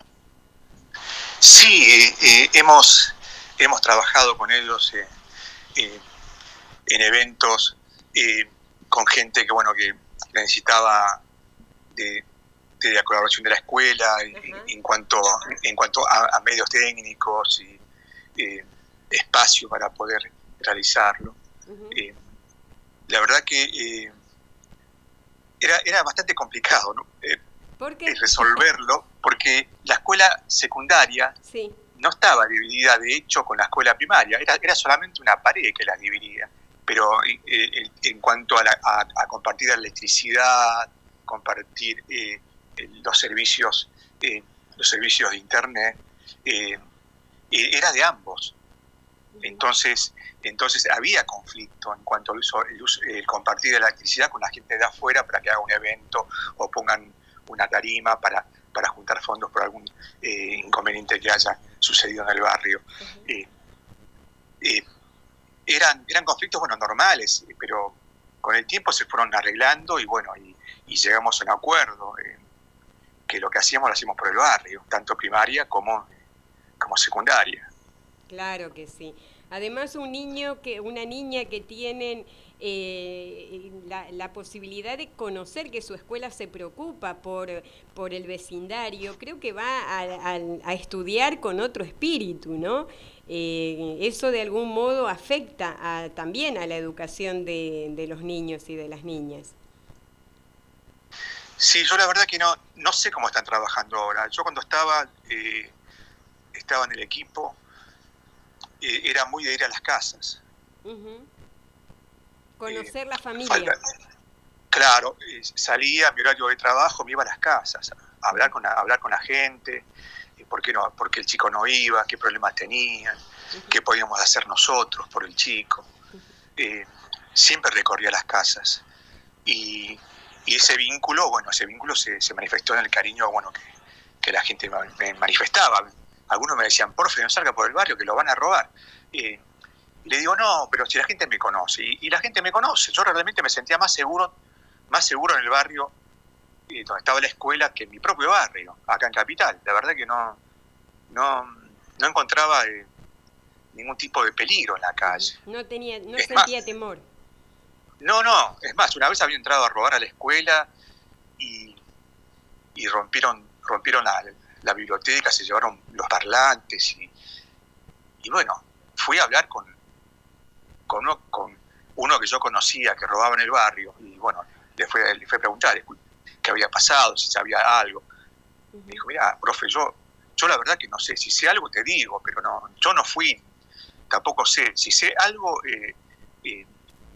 Sí, eh, eh, hemos... Hemos trabajado con ellos eh, eh, en eventos eh, con gente que bueno que necesitaba de, de la colaboración de la escuela en, en cuanto en cuanto a, a medios técnicos y eh, espacio para poder realizarlo. Uh-huh. Eh, la verdad que eh, era era bastante complicado, ¿no? Eh, ¿Por qué? resolverlo porque la escuela secundaria sí. no estaba dividida, de hecho, con la escuela primaria. Era, era solamente una pared que las dividía. Pero eh, eh, en cuanto a, la, a, a compartir la electricidad, compartir eh, los servicios eh, los servicios de internet, eh, eh, era de ambos. Entonces, entonces había conflicto en cuanto al uso, el, uso, el compartir de la electricidad con la gente de afuera para que haga un evento o pongan una tarima para, para juntar fondos por algún eh, inconveniente que haya sucedido en el barrio. Uh-huh. eh, eh, eran, eran conflictos bueno normales, pero con el tiempo se fueron arreglando y bueno y, y llegamos a un acuerdo eh, que lo que hacíamos lo hacíamos por el barrio, tanto primaria como, como secundaria. Claro que sí. Además, un niño que, una niña que tienen eh, la, la posibilidad de conocer que su escuela se preocupa por, por el vecindario, creo que va a, a, a estudiar con otro espíritu, ¿no? Eh, eso de algún modo afecta a, también a la educación de, de los niños y de las niñas. Sí, yo la verdad que no, no sé cómo están trabajando ahora. Yo cuando estaba, eh, estaba en el equipo, era muy de ir a las casas. Uh-huh. Conocer eh, la familia. Falta, claro, eh, salía a mi horario de trabajo, me iba a las casas, a hablar con la, a hablar con la gente, eh, por qué no, por qué el chico no iba, qué problemas tenían, uh-huh. qué podíamos hacer nosotros por el chico. Uh-huh. Eh, siempre recorría las casas. Y, y ese vínculo, bueno, ese vínculo se, se manifestó en el cariño, bueno, que, que la gente me manifestaba. Algunos me decían, porfe, no salga por el barrio, que lo van a robar. Eh, le digo, no, pero si la gente me conoce, y, y la gente me conoce, yo realmente me sentía más seguro, más seguro en el barrio eh, donde estaba la escuela que en mi propio barrio, acá en Capital. La verdad que no, no, no encontraba eh, ningún tipo de peligro en la calle. No tenía, no es sentía más, temor. No, no, es más, una vez había entrado a robar a la escuela y, y rompieron, rompieron la, la biblioteca, se llevaron los parlantes y, y bueno, fui a hablar con, con, uno, con uno que yo conocía que robaba en el barrio y bueno, le fui, le fui a preguntar qué había pasado, si sabía algo. Uh-huh. Me dijo, mira, profe, yo, yo la verdad que no sé, si sé algo te digo, pero no, yo no fui, tampoco sé, si sé algo eh, eh,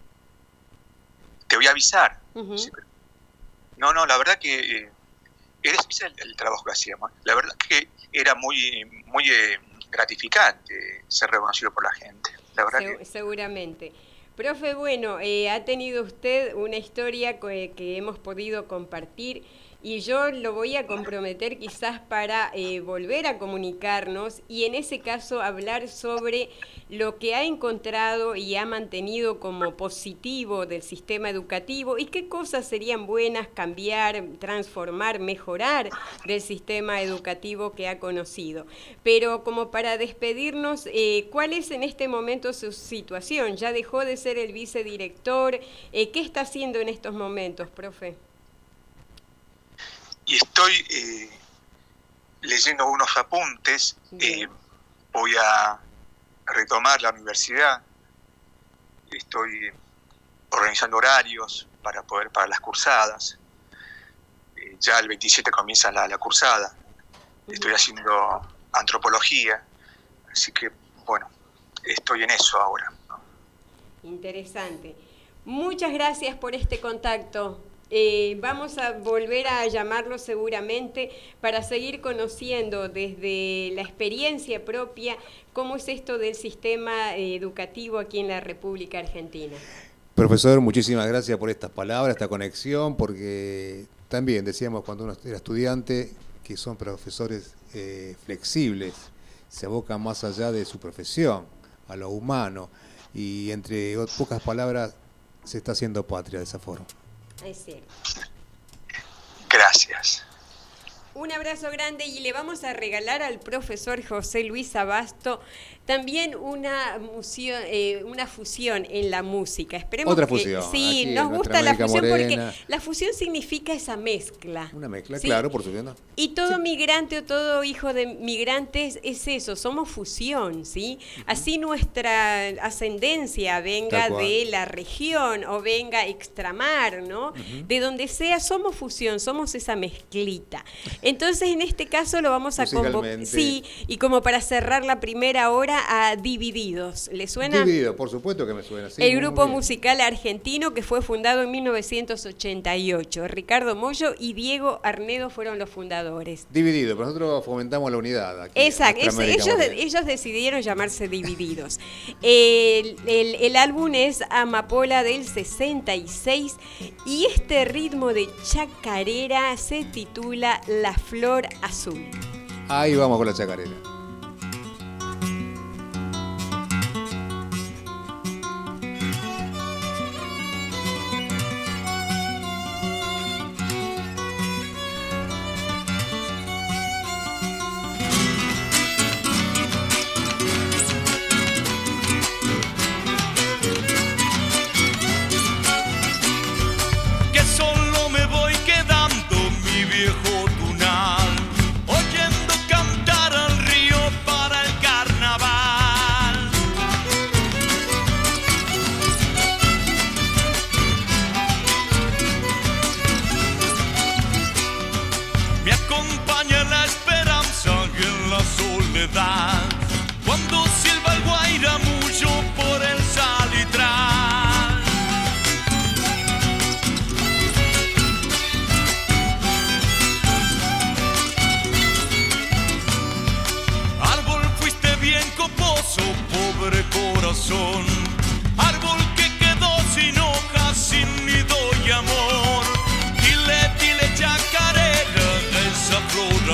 te voy a avisar. Uh-huh. Sí, pero, no, no, la verdad que eh, ese es el, el trabajo que hacíamos. La verdad que era muy, muy eh, gratificante ser reconocido por la gente. La verdad Se- que... Seguramente. Profe, bueno, eh, ha tenido usted una historia que, que hemos podido compartir y yo lo voy a comprometer quizás para eh, volver a comunicarnos y en ese caso hablar sobre lo que ha encontrado y ha mantenido como positivo del sistema educativo y qué cosas serían buenas cambiar, transformar, mejorar del sistema educativo que ha conocido. Pero como para despedirnos, eh, ¿cuál es en este momento su situación? ¿Ya dejó de ser el vicedirector? Eh, ¿Qué está haciendo en estos momentos, profe? Y estoy eh, leyendo unos apuntes, eh, voy a retomar la universidad, estoy organizando horarios para poder para las cursadas, eh, ya el veintisiete comienza la, la cursada, estoy haciendo antropología, así que bueno, estoy en eso ahora, ¿no? Interesante. Muchas gracias por este contacto. Eh, vamos a volver a llamarlo seguramente para seguir conociendo desde la experiencia propia cómo es esto del sistema eh, educativo aquí en la República Argentina. Profesor, muchísimas gracias por estas palabras, esta conexión, porque también decíamos cuando uno era estudiante que son profesores eh, flexibles, se abocan más allá de su profesión, a lo humano, y entre pocas palabras se está haciendo patria de esa forma. Es cierto. Gracias. Un abrazo grande y le vamos a regalar al profesor José Luis Abasto también una, museo, eh, una fusión en la música. Esperemos Otra que fusión. sí, Aquí nos gusta la fusión Morena. Porque la fusión significa esa mezcla. Una mezcla, ¿sí? Claro, por supuesto. Y todo Sí. migrante o todo hijo de migrantes es eso, somos fusión, ¿sí? Uh-huh. Así nuestra ascendencia venga de la región o venga extramar, ¿no? Uh-huh. De donde sea, somos fusión, somos esa mezclita. Entonces, en este caso lo vamos a convocar. Sí, y como para cerrar la primera hora, a Divididos. ¿Le suena? Dividido, por supuesto que me suena. Sí, el grupo musical argentino que fue fundado en mil novecientos ochenta y ocho. Ricardo Mollo y Diego Arnedo fueron los fundadores. Dividido, pero nosotros fomentamos la unidad. Aquí Exacto, es, ellos, ellos decidieron llamarse Divididos. el, el, el álbum es Amapola del sesenta y seis y este ritmo de chacarera se titula La Flor Azul. Ahí vamos con la chacarera. Cuando silba el guairamullo por el salitral. Árbol fuiste bien coposo, pobre corazón. Árbol que quedó sin hojas, sin nido y amor.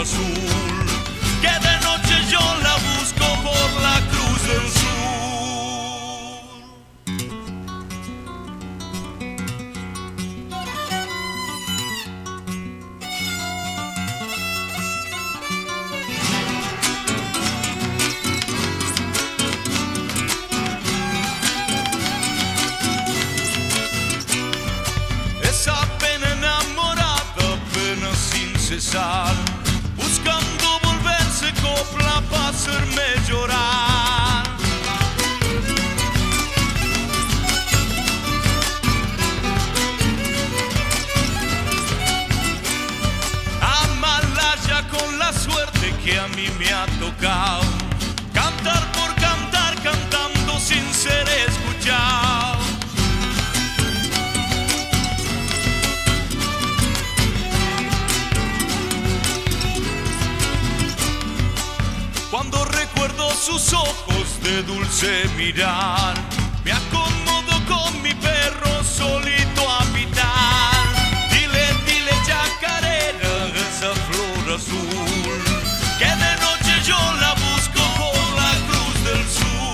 azul, que de noche yo la busco por la Cruz del Sur. Buscando volverse copla para hacerme llorar. Amalaya con la suerte que a mí me ha tocado, cantar por cantar, cantando sin ser escuchado. Cuando recuerdo sus ojos de dulce mirar, me acomodo con mi perro solito a pitar. Dile, dile chacarera, esa flor azul, que de noche yo la busco por la Cruz del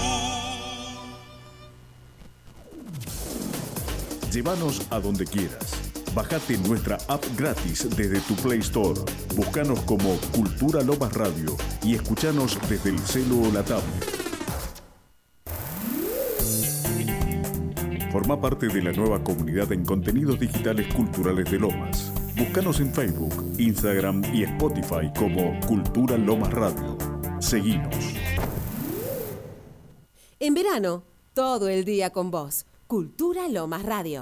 Sur. Llévanos a donde quieras. Bájate nuestra app gratis desde tu Play Store. Búscanos como Cultura Lomas Radio y escuchanos desde el celu o la tablet. Forma parte de la nueva comunidad en contenidos digitales culturales de Lomas. Búscanos en Facebook, Instagram y Spotify como Cultura Lomas Radio. Seguinos. En verano, todo el día con vos. Cultura Lomas Radio.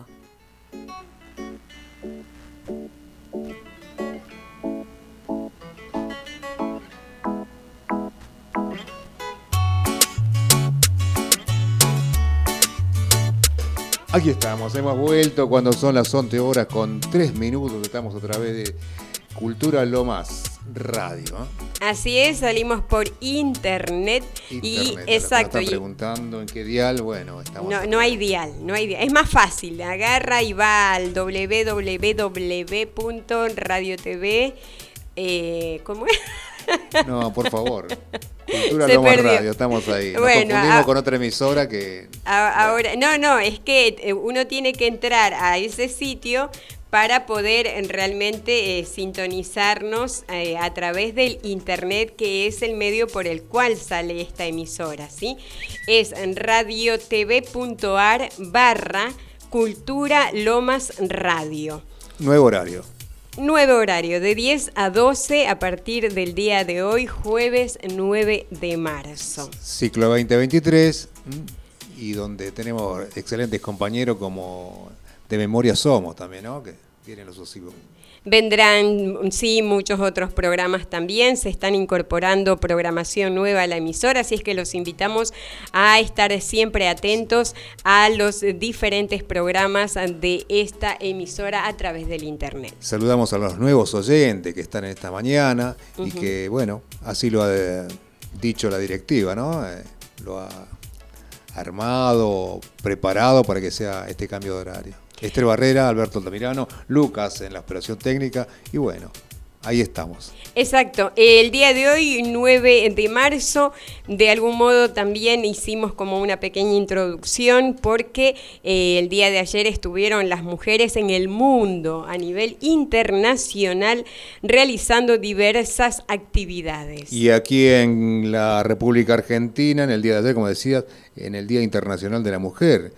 Aquí estamos, hemos vuelto cuando son las once horas con tres minutos, estamos otra vez de Cultura Lomas Radio. ¿eh? Así es, salimos por internet, internet y exacto. Están y preguntando en qué dial, bueno, estamos. No, no hay dial, no hay dial. Es más fácil, agarra y va al doble u doble u doble u punto radio t v. Eh, ¿Cómo es? No, por favor. Cultura Se Lomas perdió. Radio, estamos ahí. Nos Bueno, confundimos a, con otra emisora que... A, ahora, no, no, es que uno tiene que entrar a ese sitio para poder realmente eh, sintonizarnos eh, a través del internet, que es el medio por el cual sale esta emisora, ¿sí? Es radiotv.ar barra Cultura Lomas Radio. Nuevo horario. Nuevo horario, de diez a doce a partir del día de hoy, jueves nueve de marzo. Ciclo veinte veintitrés, y donde tenemos excelentes compañeros como De Memoria Somos también, ¿no? Que tienen los sucesivos. Vendrán, sí, muchos otros programas también, se están incorporando programación nueva a la emisora, así es que los invitamos a estar siempre atentos a los diferentes programas de esta emisora a través del internet. Saludamos a los nuevos oyentes que están en esta mañana, uh-huh. y que, bueno, así lo ha eh, dicho la directiva, ¿no? Eh, lo ha armado, preparado para que sea este cambio de horario. Esther Barrera, Alberto Altamirano, Lucas en la operación técnica, y bueno, ahí estamos. Exacto, el día de hoy, nueve de marzo, de algún modo también hicimos como una pequeña introducción, porque eh, el día de ayer estuvieron las mujeres en el mundo a nivel internacional realizando diversas actividades. Y aquí en la República Argentina, en el día de ayer, como decías, en el Día Internacional de la Mujer,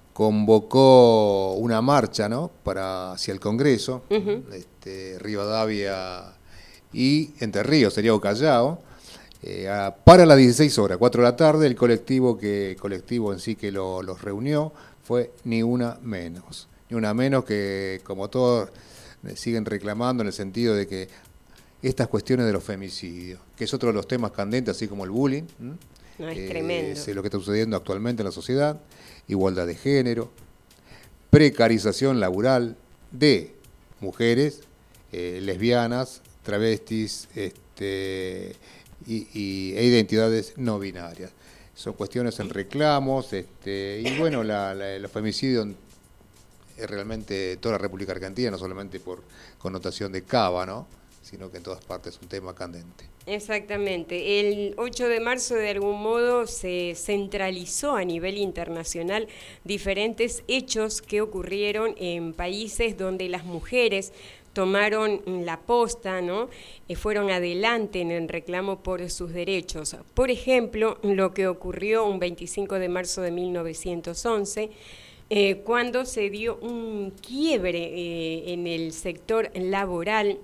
convocó una marcha, ¿no? Para hacia el Congreso, uh-huh. este, Rivadavia y Entre Ríos, sería Callao, eh, a, para las dieciséis horas, cuatro de la tarde. El colectivo que colectivo en sí que lo, los reunió fue Ni Una Menos. Ni Una Menos, que como todos siguen reclamando en el sentido de que estas cuestiones de los femicidios, que es otro de los temas candentes, así como el bullying, ¿m? No, es eh, tremendo. Es lo que está sucediendo actualmente en la sociedad. Igualdad de género, precarización laboral de mujeres, eh, lesbianas, travestis este, y, y, e identidades no binarias. Son cuestiones en reclamos, este, y bueno, la, la, los femicidios es realmente toda la República Argentina, no solamente por connotación de Cava, ¿no? sino que en todas partes es un tema candente. Exactamente. El ocho de marzo de algún modo se centralizó a nivel internacional diferentes hechos que ocurrieron en países donde las mujeres tomaron la posta, ¿no? Eh, fueron adelante en el reclamo por sus derechos. Por ejemplo, lo que ocurrió un veinticinco de marzo de mil novecientos once, eh, cuando se dio un quiebre eh, en el sector laboral.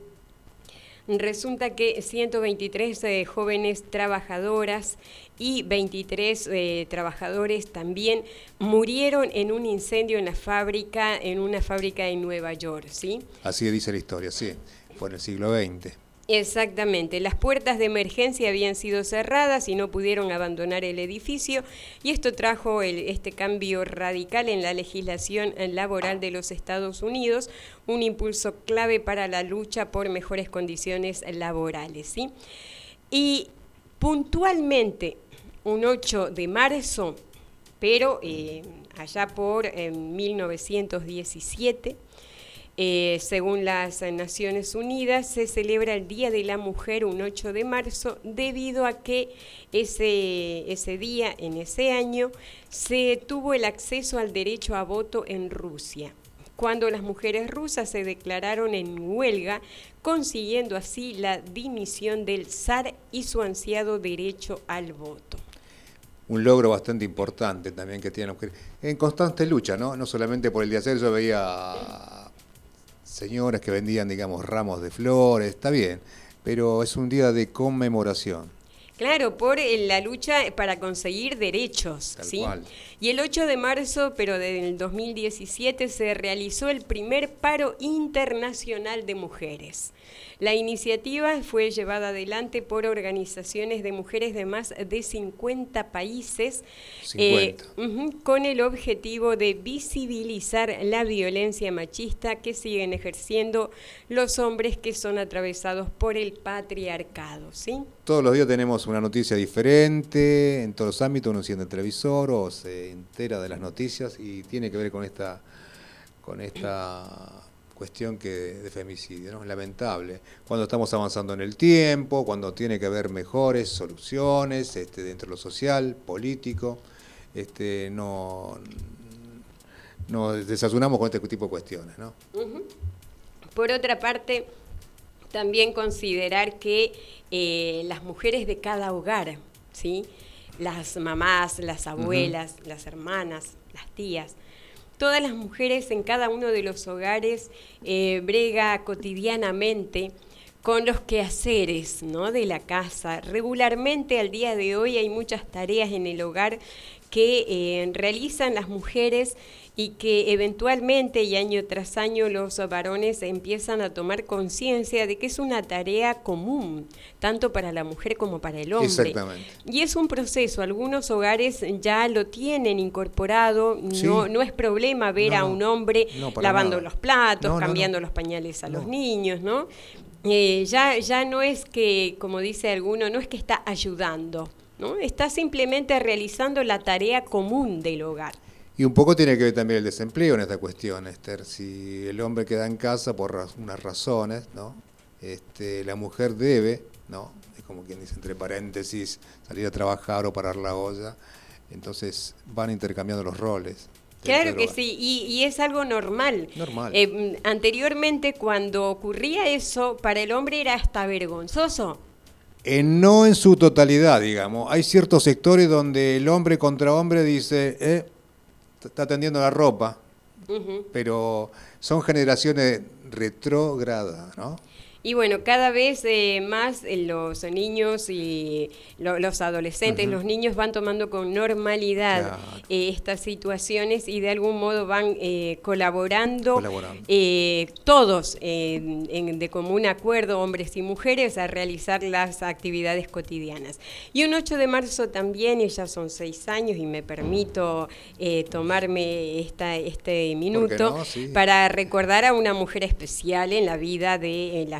Resulta que ciento veintitrés eh, jóvenes trabajadoras y veintitrés eh, trabajadores también murieron en un incendio en la fábrica, en una fábrica en Nueva York, ¿sí? Así dice la historia, sí, fue en el siglo veinte. Exactamente, las puertas de emergencia habían sido cerradas y no pudieron abandonar el edificio, y esto trajo el, este cambio radical en la legislación laboral de los Estados Unidos, un impulso clave para la lucha por mejores condiciones laborales, ¿sí? Y puntualmente, un ocho de marzo, pero eh, allá por eh, mil novecientos diecisiete, Eh, según las Naciones Unidas, se celebra el Día de la Mujer un ocho de marzo debido a que ese, ese día, en ese año, se tuvo el acceso al derecho a voto en Rusia, cuando las mujeres rusas se declararon en huelga, consiguiendo así la dimisión del zar y su ansiado derecho al voto. Un logro bastante importante también que tienen las mujeres, en constante lucha, ¿no? No solamente por el día de ayer, yo veía señoras que vendían, digamos, ramos de flores, está bien, pero es un día de conmemoración. Claro, por la lucha para conseguir derechos, Tal ¿sí? cual. Y el ocho de marzo, pero del dos mil diecisiete, se realizó el primer paro internacional de mujeres. La iniciativa fue llevada adelante por organizaciones de mujeres de más de cincuenta países, cincuenta. Eh, uh-huh, con el objetivo de visibilizar la violencia machista que siguen ejerciendo los hombres que son atravesados por el patriarcado, ¿sí? Todos los días tenemos una noticia diferente, en todos los ámbitos uno enciende el televisor o se entera de las noticias y tiene que ver con esta, con esta cuestión que de femicidio, ¿no? Lamentable. Cuando estamos avanzando en el tiempo, cuando tiene que haber mejores soluciones este, dentro de lo social, político, este, no nos desayunamos con este tipo de cuestiones, ¿no? Uh-huh. Por otra parte, también considerar que eh, las mujeres de cada hogar, ¿sí? Las mamás, las abuelas, uh-huh. las hermanas, las tías, todas las mujeres en cada uno de los hogares eh, brega cotidianamente con los quehaceres, ¿no? de la casa. Regularmente al día de hoy hay muchas tareas en el hogar que eh, realizan las mujeres y que eventualmente y año tras año los varones empiezan a tomar conciencia de que es una tarea común, tanto para la mujer como para el hombre. Exactamente. Y es un proceso, algunos hogares ya lo tienen incorporado, sí. no, no es problema ver no, a un hombre no, lavando nada. los platos, no, cambiando no, no. los pañales a no. los niños, ¿no? Eh, ya, ya no es que, como dice alguno, no es que está ayudando, ¿no? Está simplemente realizando la tarea común del hogar. Y un poco tiene que ver también el desempleo en esta cuestión, Esther. Si el hombre queda en casa por raz- unas razones, ¿no? Este, la mujer debe, ¿no? Es como quien dice entre paréntesis, salir a trabajar o parar la olla. Entonces van intercambiando los roles. Claro que sí, y, y es algo normal. Normal. Eh, anteriormente, cuando ocurría eso, para el hombre era hasta vergonzoso. Eh, no en su totalidad, digamos. Hay ciertos sectores donde el hombre contra hombre dice, eh, está tendiendo la ropa, uh-huh. pero son generaciones retrógradas, ¿no? Y bueno, cada vez eh, más eh, los niños y lo, los adolescentes, uh-huh. los niños van tomando con normalidad claro. eh, estas situaciones y de algún modo van eh, colaborando, colaborando. Eh, todos eh, en, de común acuerdo, hombres y mujeres, a realizar las actividades cotidianas. Y un ocho de marzo también, y ya son seis años y me permito eh, tomarme esta, este minuto no? sí. para recordar a una mujer especial en la vida de en la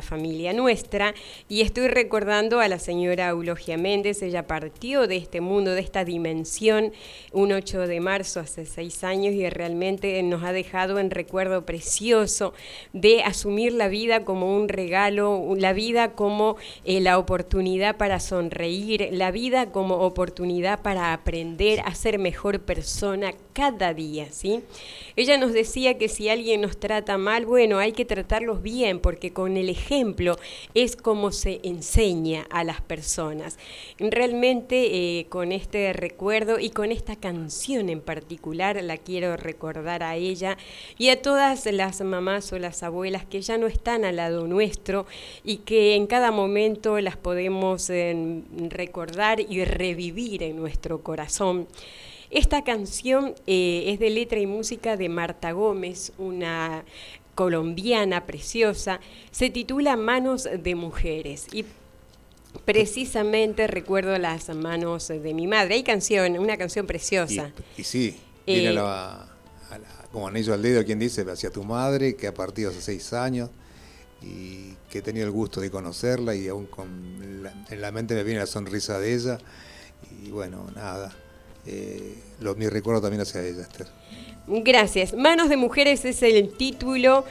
familia nuestra, y estoy recordando a la señora Eulogia Méndez. Ella partió de este mundo, de esta dimensión, un ocho de marzo hace seis años, y realmente nos ha dejado en recuerdo precioso de asumir la vida como un regalo, la vida como eh, la oportunidad para sonreír, la vida como oportunidad para aprender a ser mejor persona cada día, ¿sí? Ella nos decía que si alguien nos trata mal, bueno, hay que tratarlos bien, porque con el ejemplo es como se enseña a las personas. Realmente eh, con este recuerdo y con esta canción en particular la quiero recordar a ella y a todas las mamás o las abuelas que ya no están al lado nuestro y que en cada momento las podemos eh, recordar y revivir en nuestro corazón. Esta canción eh, es de letra y música de Marta Gómez, una colombiana preciosa. Se titula Manos de Mujeres y precisamente recuerdo las manos de mi madre. Hay canción, una canción preciosa. Y, y sí, viene eh, a la, a la, como anillo al dedo quien dice, hacia tu madre, que ha partido hace seis años y que he tenido el gusto de conocerla, y aún con la, en la mente me viene la sonrisa de ella. Y bueno, nada. Eh, lo, mi recuerdo también hacia ella, Esther. Gracias. Manos de Mujeres es el título.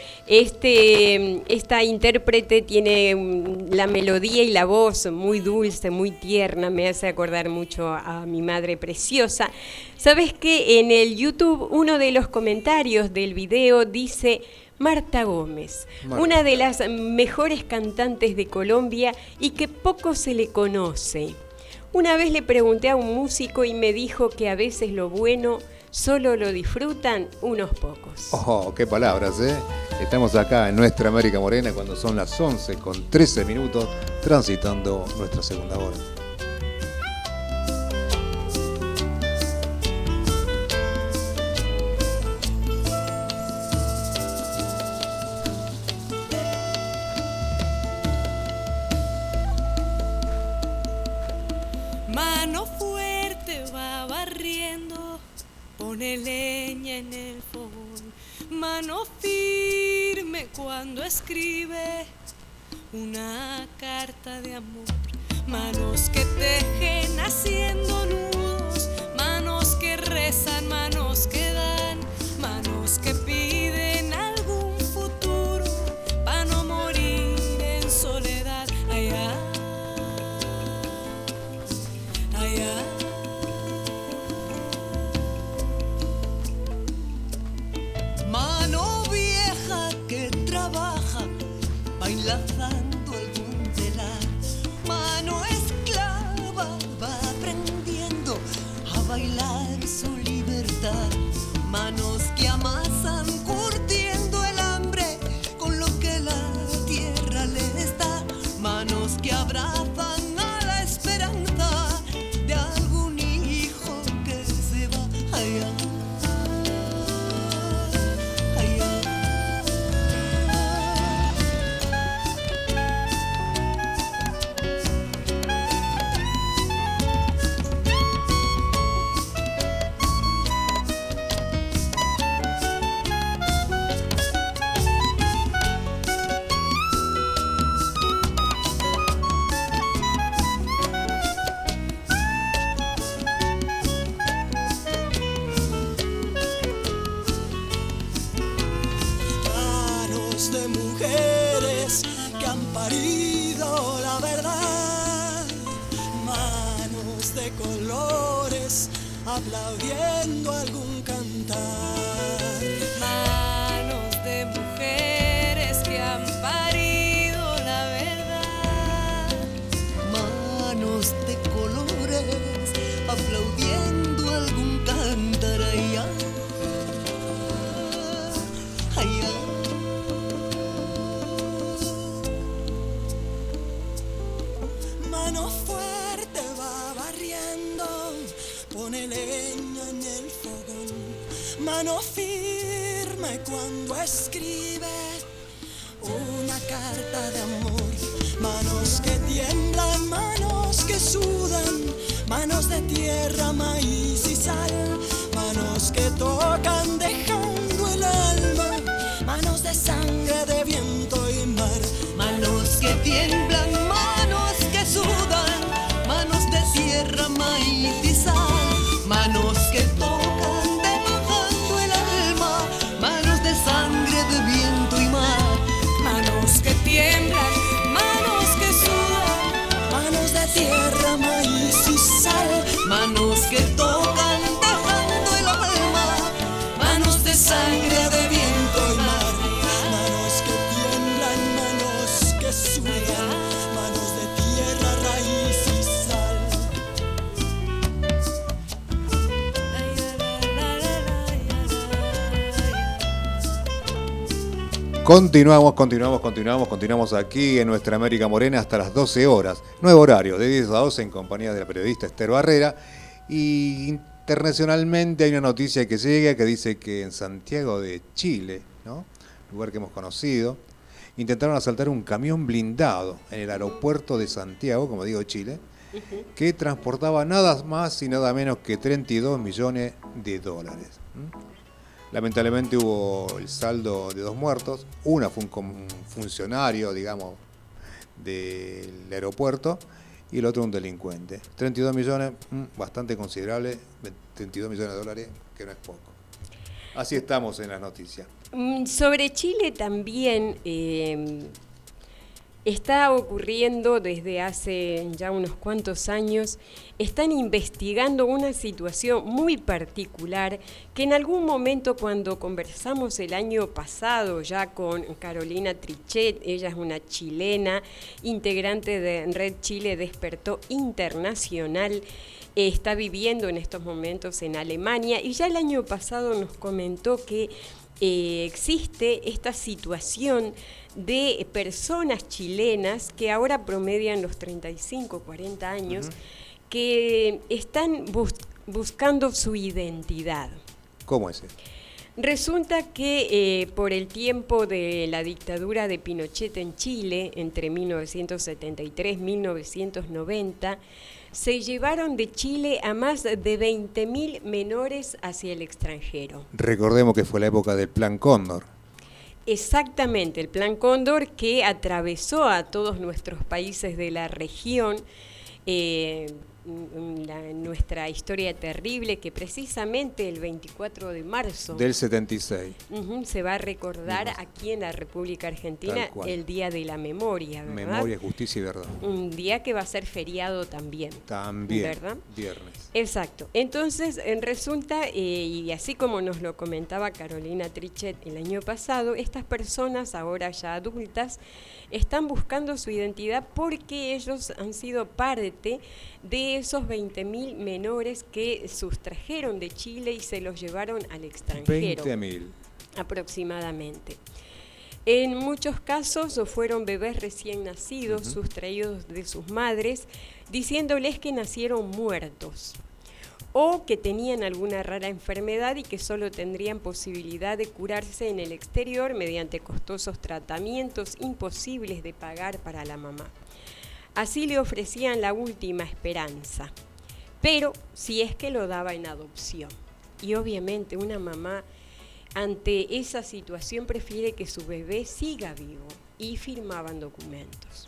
Este, esta intérprete tiene la melodía y la voz muy dulce, muy tierna. Me hace acordar mucho a mi madre preciosa. ¿Sabes qué? En el YouTube uno de los comentarios del video dice: Marta Gómez, Marta, una de las mejores cantantes de Colombia y que poco se le conoce. Una vez le pregunté a un músico y me dijo que a veces lo bueno solo lo disfrutan unos pocos. ¡Oh, qué palabras, eh! Estamos acá en nuestra América Morena cuando son las once con trece minutos, transitando nuestra segunda hora. Mano fuerte va barriendo, pone leña en el fogón. Mano firme cuando escribe una carta de amor. Manos que tejen haciendo nudos, manos que rezan, manos que dan, manos que piden algún futuro para no morir en soledad. Ay, ay. Mano vieja que trabaja bailando algún telar. Mano esclava va aprendiendo a bailar su libertad. Manos que amasan curtiendo el hambre con lo que la tierra les da. Manos que abrazan a la esperanza de algún hijo que se va. Ay, ay. De mujeres que han parido la verdad, manos de colores aplaudiendo algún cantar. Manos de mujeres que han parido la verdad, manos de colores aplaudiendo algún cantar. Ay, ay, ay, ay. Mano fuerte va barriendo, pone leña en el fogón. Mano firme cuando escribe una carta de amor. Manos que tiemblan, manos que sudan, manos de tierra, maíz y sal. Manos que tocan dejando el alma, manos de sangre, de viento y mar. Manos Continuamos, continuamos, continuamos, continuamos aquí en nuestra América Morena hasta las doce horas. Nuevo horario, de diez a doce en compañía de la periodista Esther Barrera. Y internacionalmente hay una noticia que llega que dice que en Santiago de Chile, ¿no?, lugar que hemos conocido, intentaron asaltar un camión blindado en el aeropuerto de Santiago, como digo, Chile, que transportaba nada más y nada menos que treinta y dos millones de dólares. Lamentablemente hubo el saldo de dos muertos. Una fue un funcionario, digamos, del aeropuerto, y el otro un delincuente. treinta y dos millones, bastante considerable, treinta y dos millones de dólares, que no es poco. Así estamos en las noticias. Sobre Chile también eh, está ocurriendo desde hace ya unos cuantos años, están investigando una situación muy particular que en algún momento, cuando conversamos el año pasado ya con Carolina Trichet, ella es una chilena, integrante de Red Chile Despertó Internacional, eh, está viviendo en estos momentos en Alemania, y ya el año pasado nos comentó que eh, existe esta situación de personas chilenas que ahora promedian los treinta y cinco, cuarenta años, uh-huh, que están bus- buscando su identidad. ¿Cómo es eso? Resulta que eh, por el tiempo de la dictadura de Pinochet en Chile, entre mil novecientos setenta y tres y mil novecientos noventa, se llevaron de Chile a más de veinte mil menores hacia el extranjero. Recordemos que fue la época del Plan Cóndor. Exactamente, el Plan Cóndor, que atravesó a todos nuestros países de la región, eh, la, nuestra historia terrible, que precisamente el veinticuatro de marzo del setenta y seis uh-huh, se va a recordar uh-huh. aquí en la República Argentina el Día de la Memoria, ¿verdad? Memoria, justicia y verdad. Un día que va a ser feriado también. También, ¿verdad? Viernes. Exacto. Entonces, resulta, eh, y así como nos lo comentaba Carolina Trichet el año pasado, estas personas, ahora ya adultas, están buscando su identidad porque ellos han sido parte de esos veinte mil menores que sustrajeron de Chile y se los llevaron al extranjero. veinte mil. Aproximadamente. En muchos casos fueron bebés recién nacidos, uh-huh, sustraídos de sus madres, diciéndoles que nacieron muertos o que tenían alguna rara enfermedad y que solo tendrían posibilidad de curarse en el exterior mediante costosos tratamientos imposibles de pagar para la mamá. Así le ofrecían la última esperanza, pero si es que lo daba en adopción. Y obviamente una mamá ante esa situación prefiere que su bebé siga vivo, y firmaban documentos.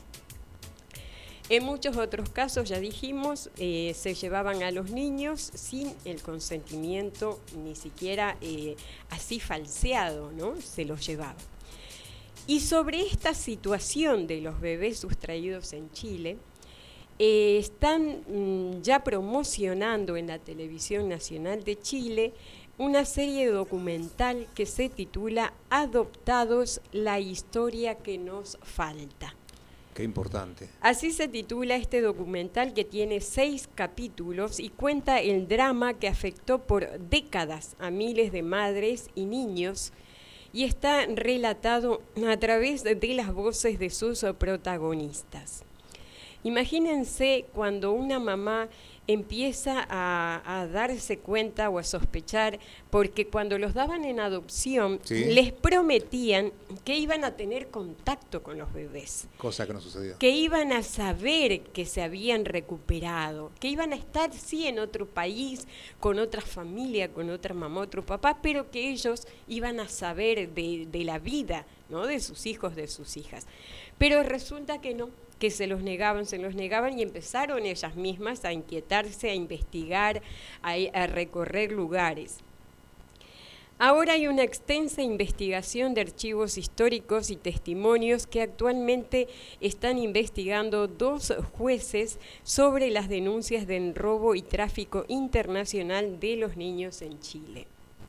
En muchos otros casos, ya dijimos, eh, se llevaban a los niños sin el consentimiento, ni siquiera eh, así falseado, ¿no? Se los llevaban. Y sobre esta situación de los bebés sustraídos en Chile, eh, están mm, ya promocionando en la Televisión Nacional de Chile una serie documental que se titula Adoptados, la historia que nos falta. Qué importante. Así se titula este documental, que tiene seis capítulos y cuenta el drama que afectó por décadas a miles de madres y niños, y está relatado a través de las voces de sus protagonistas. Imagínense cuando una mamá empieza a, a darse cuenta o a sospechar, porque cuando los daban en adopción, ¿sí?, les prometían que iban a tener contacto con los bebés. Cosa que no sucedió. Que iban a saber que se habían recuperado, que iban a estar, sí, en otro país, con otra familia, con otra mamá, otro papá, pero que ellos iban a saber de, de la vida, ¿no?, de sus hijos, de sus hijas. Pero resulta que no, que se los negaban, se los negaban, y empezaron ellas mismas a inquietarse, a investigar, a, a recorrer lugares. Ahora hay una extensa investigación de archivos históricos y testimonios que actualmente están investigando dos jueces sobre las denuncias de robo y tráfico internacional de los niños en Chile.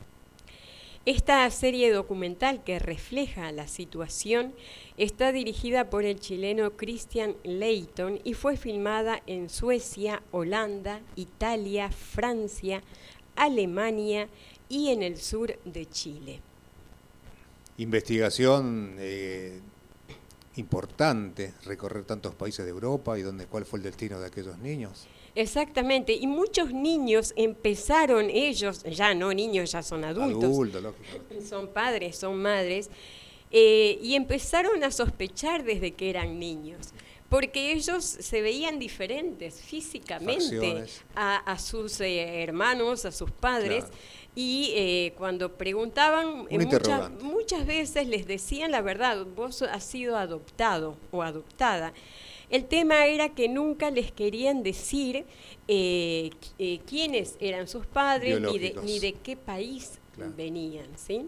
Esta serie documental, que refleja la situación, está dirigida por el chileno Christian Leighton y fue filmada en Suecia, Holanda, Italia, Francia, Alemania y en el sur de Chile. investigación eh, importante, recorrer tantos países de Europa y donde, cuál fue el destino de aquellos niños. Exactamente, y muchos niños empezaron ellos, ya no niños, ya son adultos, Adulto, lógico. son padres, son madres, eh, y empezaron a sospechar desde que eran niños, porque ellos se veían diferentes físicamente a, a sus eh, hermanos, a sus padres, claro. Y eh, cuando preguntaban, eh, muchas, muchas veces les decían la verdad, vos has sido adoptado o adoptada. El tema era que nunca les querían decir eh, eh, quiénes eran sus padres ni de, ni de qué país claro. venían, ¿sí?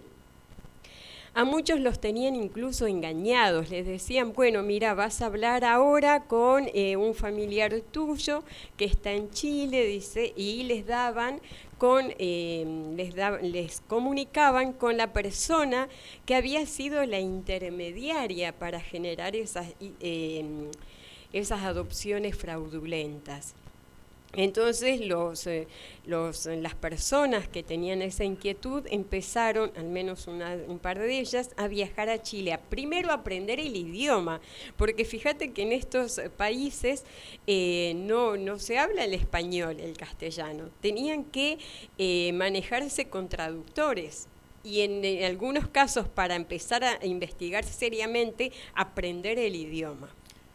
A muchos los tenían incluso engañados, les decían, bueno, mira, vas a hablar ahora con eh, un familiar tuyo que está en Chile, dice, y les daban con, eh, les, da, les comunicaban con la persona que había sido la intermediaria para generar esas, eh, esas adopciones fraudulentas. Entonces los, eh, los, las personas que tenían esa inquietud empezaron, al menos una, un par de ellas, a viajar a Chile, a primero aprender el idioma, porque fíjate que en estos países eh, no, no se habla el español, el castellano, tenían que eh, manejarse con traductores. Y en, en algunos casos, para empezar a investigar seriamente, aprender el idioma.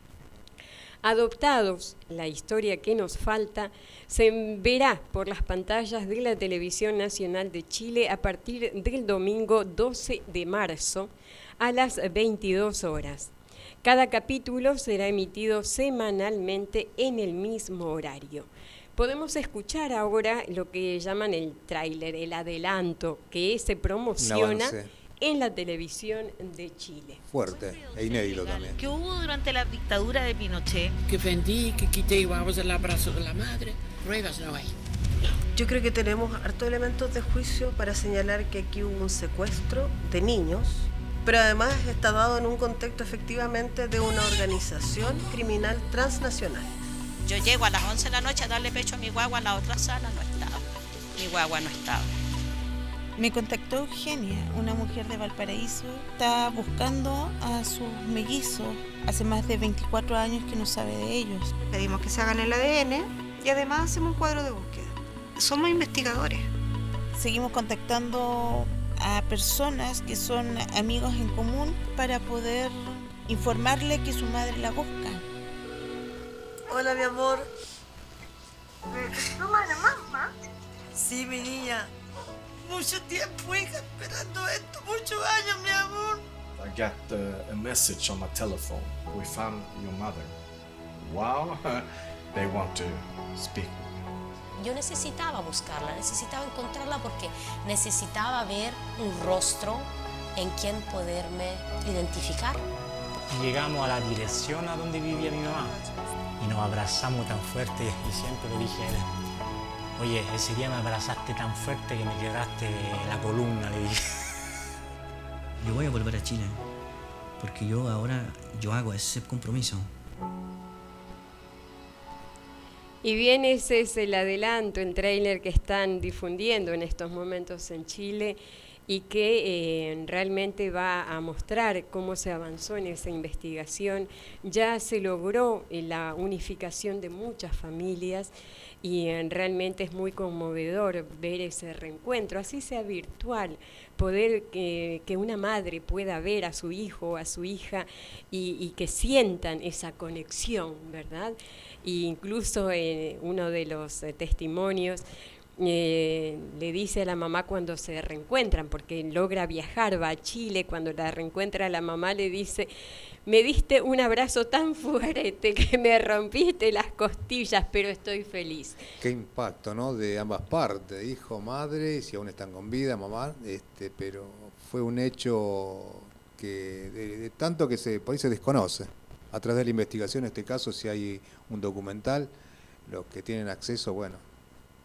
Adoptados, la historia que nos falta, se verá por las pantallas de la Televisión Nacional de Chile a partir del domingo doce de marzo a las veintidós horas. Cada capítulo será emitido semanalmente en el mismo horario. Podemos escuchar ahora lo que llaman el tráiler, el adelanto, que se promociona en la televisión de Chile. Fuerte e inédito también. ¿Qué hubo durante la dictadura de Pinochet? Que vendí, que quité, vamos al abrazo de la madre. Pruebas no hay. Yo creo que tenemos hartos elementos de juicio para señalar que aquí hubo un secuestro de niños, pero además está dado en un contexto efectivamente de una organización criminal transnacional. Yo llego a las once de la noche a darle pecho a mi guagua, en la otra sala no estaba. Mi guagua no estaba. Me contactó Eugenia, una mujer de Valparaíso. Está buscando a sus mellizos. Hace más de veinticuatro años que no sabe de ellos. Pedimos que se hagan el A D N y además hacemos un cuadro de búsqueda. Somos investigadores. Seguimos contactando a personas que son amigos en común para poder informarle que su madre la busca. Hola, mi amor. ¿Es tu madre, mamá? Sí, mi niña. Mucho tiempo, hija, esperando esto, muchos años, mi amor. I got uh, a message on my telephone. We found your mother. Wow, they want to speak with me. Yo necesitaba buscarla, necesitaba encontrarla porque necesitaba ver un rostro en quien poderme identificar. Llegamos a la dirección a donde vivía mi mamá y nos abrazamos tan fuerte y siempre le dije a él, oye, ese día me abrazaste tan fuerte que me quebraste la columna, le dije. Yo voy a volver a Chile, porque yo ahora, yo hago ese compromiso. Y bien, ese es el adelanto, el tráiler que están difundiendo en estos momentos en Chile y que eh, realmente va a mostrar cómo se avanzó en esa investigación. Ya se logró eh, la unificación de muchas familias y eh, realmente es muy conmovedor ver ese reencuentro, así sea virtual, poder que, que una madre pueda ver a su hijo o a su hija y, y que sientan esa conexión, ¿verdad? E incluso eh, uno de los eh, testimonios Eh, le dice a la mamá cuando se reencuentran, porque logra viajar, va a Chile, cuando la reencuentra la mamá le dice, me diste un abrazo tan fuerte que me rompiste las costillas, pero estoy feliz. Qué impacto, ¿no? De ambas partes, hijo, madre, si aún están con vida, mamá, este, pero fue un hecho que de, de tanto que se, por ahí se desconoce. A través de la investigación, en este caso, si hay un documental, los que tienen acceso, bueno,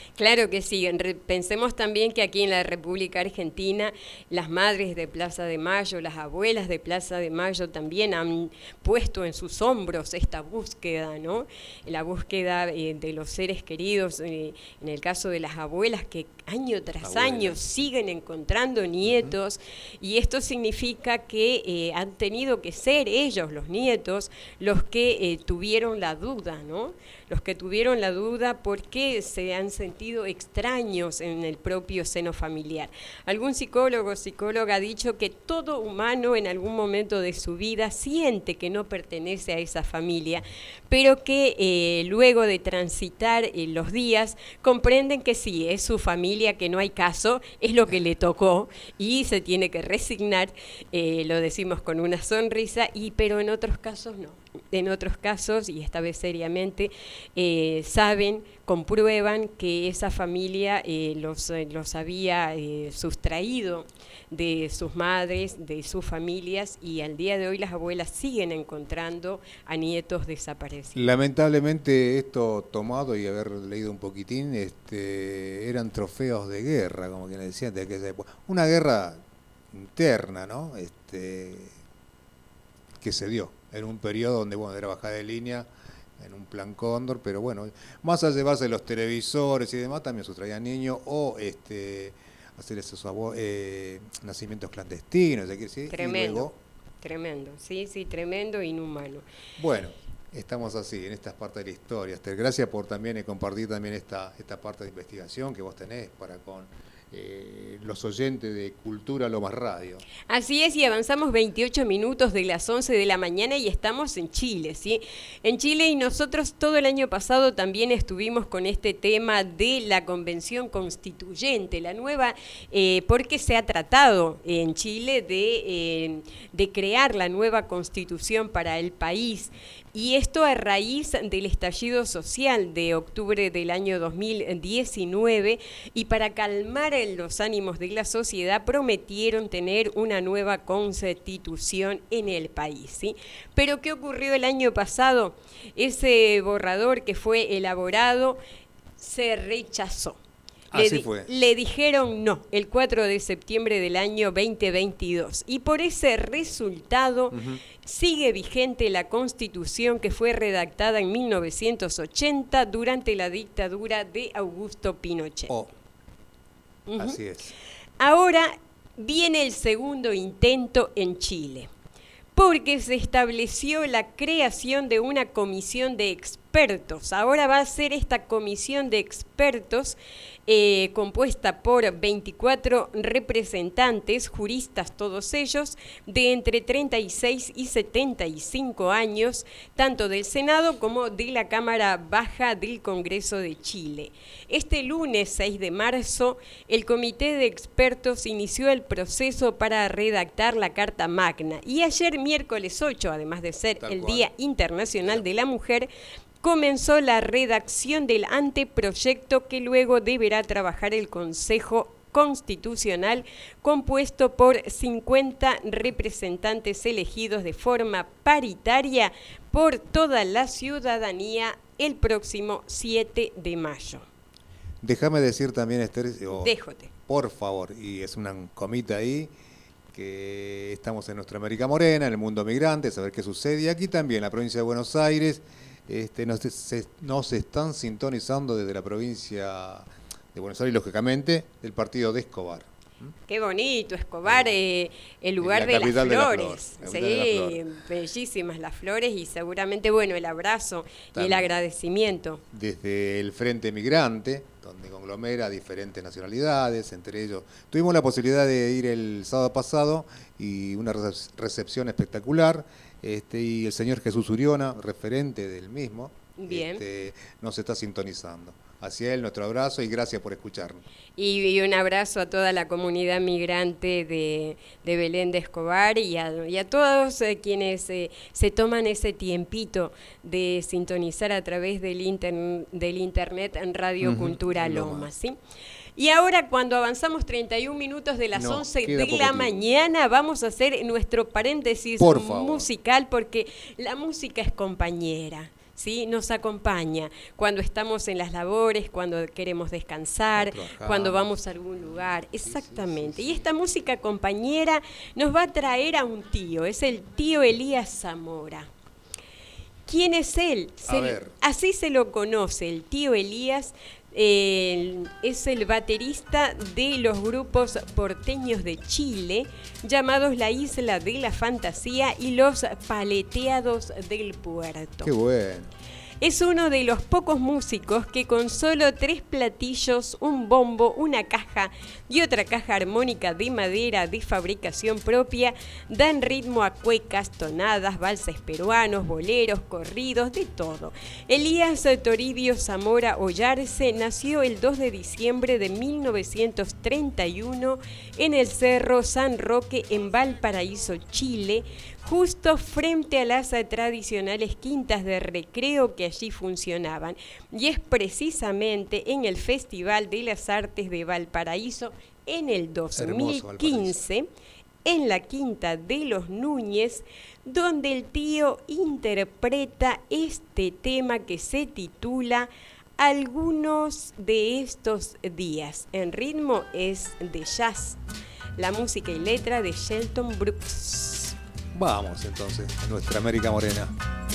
Claro que sí. Re- Pensemos también que aquí en la República Argentina las madres de Plaza de Mayo, las abuelas de Plaza de Mayo también han puesto en sus hombros esta búsqueda, ¿no? La búsqueda eh, de los seres queridos, eh, en el caso de las abuelas que año tras Abuelas. año siguen encontrando nietos, y esto significa que eh, han tenido que ser ellos, los nietos, los que eh, tuvieron la duda, ¿no? Los que tuvieron la duda porque se han sentido extraños en el propio seno familiar. Algún psicólogo o psicóloga ha dicho que todo humano en algún momento de su vida siente que no pertenece a esa familia, pero que eh, luego de transitar eh, los días comprenden que sí, es su familia, que no hay caso, es lo que le tocó y se tiene que resignar, eh, lo decimos con una sonrisa, y pero en otros casos no. En otros casos, y esta vez seriamente, eh, saben, comprueban que esa familia eh, los, eh, los había eh, sustraído de sus madres, de sus familias, y al día de hoy las abuelas siguen encontrando a nietos desaparecidos. Lamentablemente esto tomado y haber leído un poquitín, este, eran trofeos de guerra, como quienes decían de aquella época. Una guerra interna, ¿no? Este, que se dio en un periodo donde, bueno, era bajada de línea, en un plan cóndor, pero bueno, más allá de llevarse los televisores y demás, también sustraían niños o este, hacer esos abo- eh, nacimientos clandestinos, ¿sí? ¿sí? Tremendo, Y luego, tremendo, sí, sí, tremendo, inhumano. bueno, estamos así, en estas partes de la historia. Esther, gracias por también eh, compartir también esta, esta parte de investigación que vos tenés para con eh, los oyentes de Cultura Lomas Radio. Así es, y avanzamos veintiocho minutos de las once de la mañana y estamos en Chile, ¿sí? En Chile, y nosotros todo el año pasado también estuvimos con este tema de la Convención Constituyente, la nueva, eh, porque se ha tratado en Chile de, eh, de crear la nueva Constitución para el país. Y esto a raíz del estallido social de octubre del año dos mil diecinueve, y para calmar los ánimos de la sociedad prometieron tener una nueva constitución en el país, ¿sí? Pero ¿qué ocurrió el año pasado? Ese borrador que fue elaborado se rechazó. Le, Así di- fue. le dijeron no el cuatro de septiembre del año veinte veintidós, y por ese resultado Ujú. sigue vigente la Constitución que fue redactada en mil novecientos ochenta durante la dictadura de Augusto Pinochet. Oh, Ujú. así es. Ahora viene el segundo intento en Chile, porque se estableció la creación de una comisión de expertos. Ahora va a ser esta comisión de expertos eh, compuesta por veinticuatro representantes, juristas todos ellos, de entre treinta y seis y setenta y cinco años, tanto del Senado como de la Cámara Baja del Congreso de Chile. Este lunes seis de marzo, el Comité de Expertos inició el proceso para redactar la Carta Magna, y ayer miércoles ocho, además de ser Tal el cual. Día Internacional de la Mujer, comenzó la redacción del anteproyecto que luego deberá trabajar el Consejo Constitucional, compuesto por cincuenta representantes elegidos de forma paritaria por toda la ciudadanía el próximo siete de mayo. Déjame decir también, Esther, o- Déjote. por favor, y es una comita ahí, que estamos en nuestra América Morena, en el mundo migrante, saber qué sucede. Y aquí también, en la provincia de Buenos Aires, este, nos, se, nos están sintonizando desde la provincia de Buenos Aires, lógicamente, del partido de Escobar. Qué bonito, Escobar, eh, el lugar la de las capital de la flores. flor, la Sí, capital de la bellísimas las flores, y seguramente, bueno, el abrazo y el También. agradecimiento. Desde el Frente Migrante, donde conglomera diferentes nacionalidades, entre ellos. Tuvimos la posibilidad de ir el sábado pasado y una recep- recepción espectacular, este, y el señor Jesús Uriona, referente del mismo, Bien. este, nos está sintonizando. Hacia él nuestro abrazo y gracias por escucharnos. Y, y un abrazo a toda la comunidad migrante de, de Belén de Escobar, y a, y a todos eh, quienes eh, se toman ese tiempito de sintonizar a través del, inter- del internet en Radio Ujú, Cultura Lomas. Lomas, ¿sí? Y ahora, cuando avanzamos treinta y un minutos de las No, once queda de poco la tiempo. mañana, vamos a hacer nuestro paréntesis Por favor. musical, porque la música es compañera. ¿sí? Nos acompaña cuando estamos en las labores, cuando queremos descansar, cuando vamos a algún lugar. Exactamente. Y esta música compañera nos va a traer a un tío, es el tío Elías Zamora. ¿Quién es él? Se, A ver. Así se lo conoce, el tío Elías. Eh, es el baterista de los grupos porteños de Chile, llamados La Isla de la Fantasía y Los Paleteados del Puerto. Qué bueno. Es uno de los pocos músicos que con solo tres platillos, un bombo, una caja y otra caja armónica de madera de fabricación propia dan ritmo a cuecas, tonadas, valses peruanos, boleros, corridos, de todo. Elías Toribio Zamora Ollarse nació el dos de diciembre de mil novecientos treinta y uno en el Cerro San Roque en Valparaíso, Chile, justo frente a las tradicionales quintas de recreo que allí funcionaban. Y es precisamente en el Festival de las Artes de Valparaíso en el dos mil quince, en la Quinta de los Núñez, donde el tío interpreta este tema que se titula Algunos de estos días. En ritmo es de jazz. La música y letra de Shelton Brooks. Vamos entonces, a nuestra América Morena.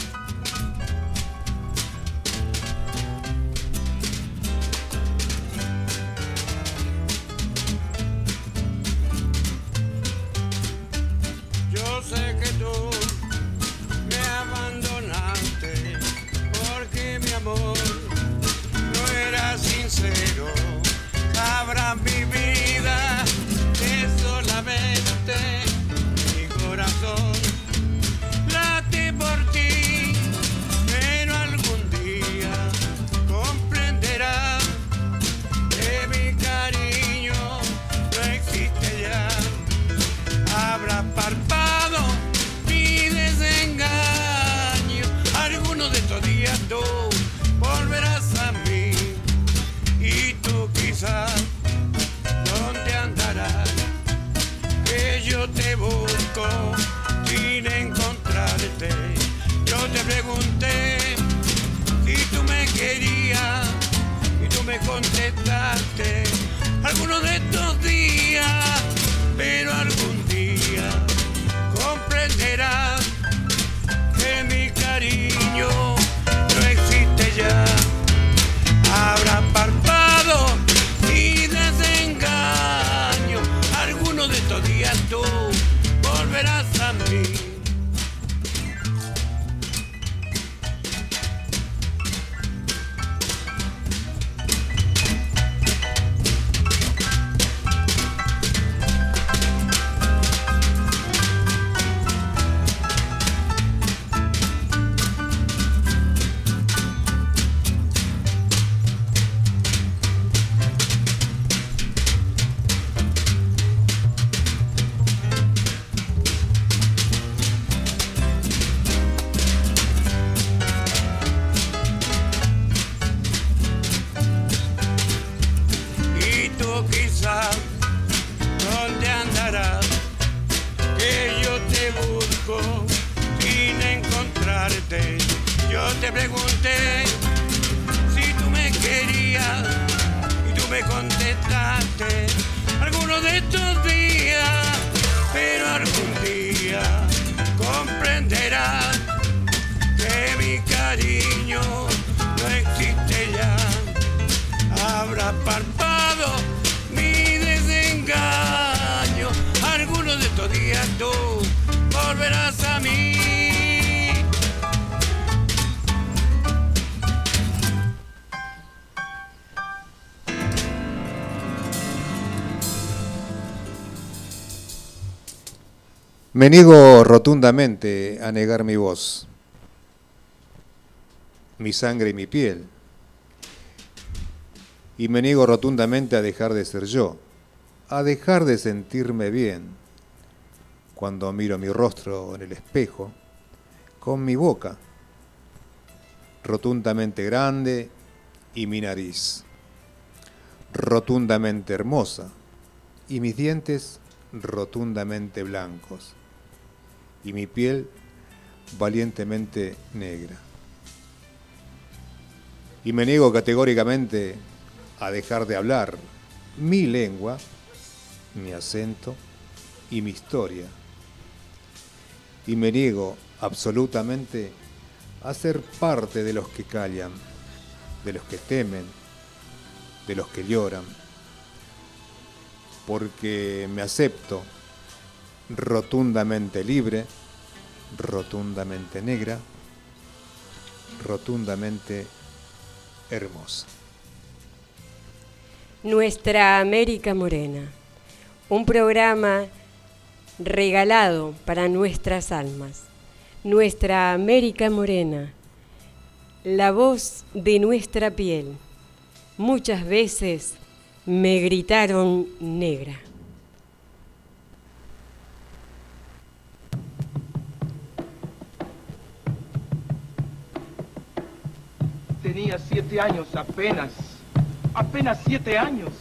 Yo sé que tú me abandonaste porque mi amor no era sincero. Sabrás mi vida que solamente mi corazón late por ti, pero algún día comprenderás que mi cariño no existe ya. Habrá parpado mi desengaño, algunos de estos días tú volverás a mí y tú quizás dónde andarás, que yo te busco sin encontrarte. Yo te pregunté si tú me querías y tú me contestaste algunos de estos días, pero algún día comprenderás que mi cariño no existe ya. Habrá parpado y desengaño, algunos de estos días tú volverás a mí. Me niego rotundamente a negar mi voz, mi sangre y mi piel. Y me niego rotundamente a dejar de ser yo, a dejar de sentirme bien cuando miro mi rostro en el espejo, con mi boca rotundamente grande y mi nariz rotundamente hermosa y mis dientes rotundamente blancos y mi piel valientemente negra. Y me niego categóricamente a dejar de hablar mi lengua, mi acento y mi historia. Y me niego absolutamente a ser parte de los que callan, de los que temen, de los que lloran, porque me acepto rotundamente libre, rotundamente negra, rotundamente hermosa. Nuestra América Morena, un programa regalado para nuestras almas. Nuestra América Morena, la voz de nuestra piel. Muchas veces me gritaron negra. Tenía siete años apenas, apenas siete años.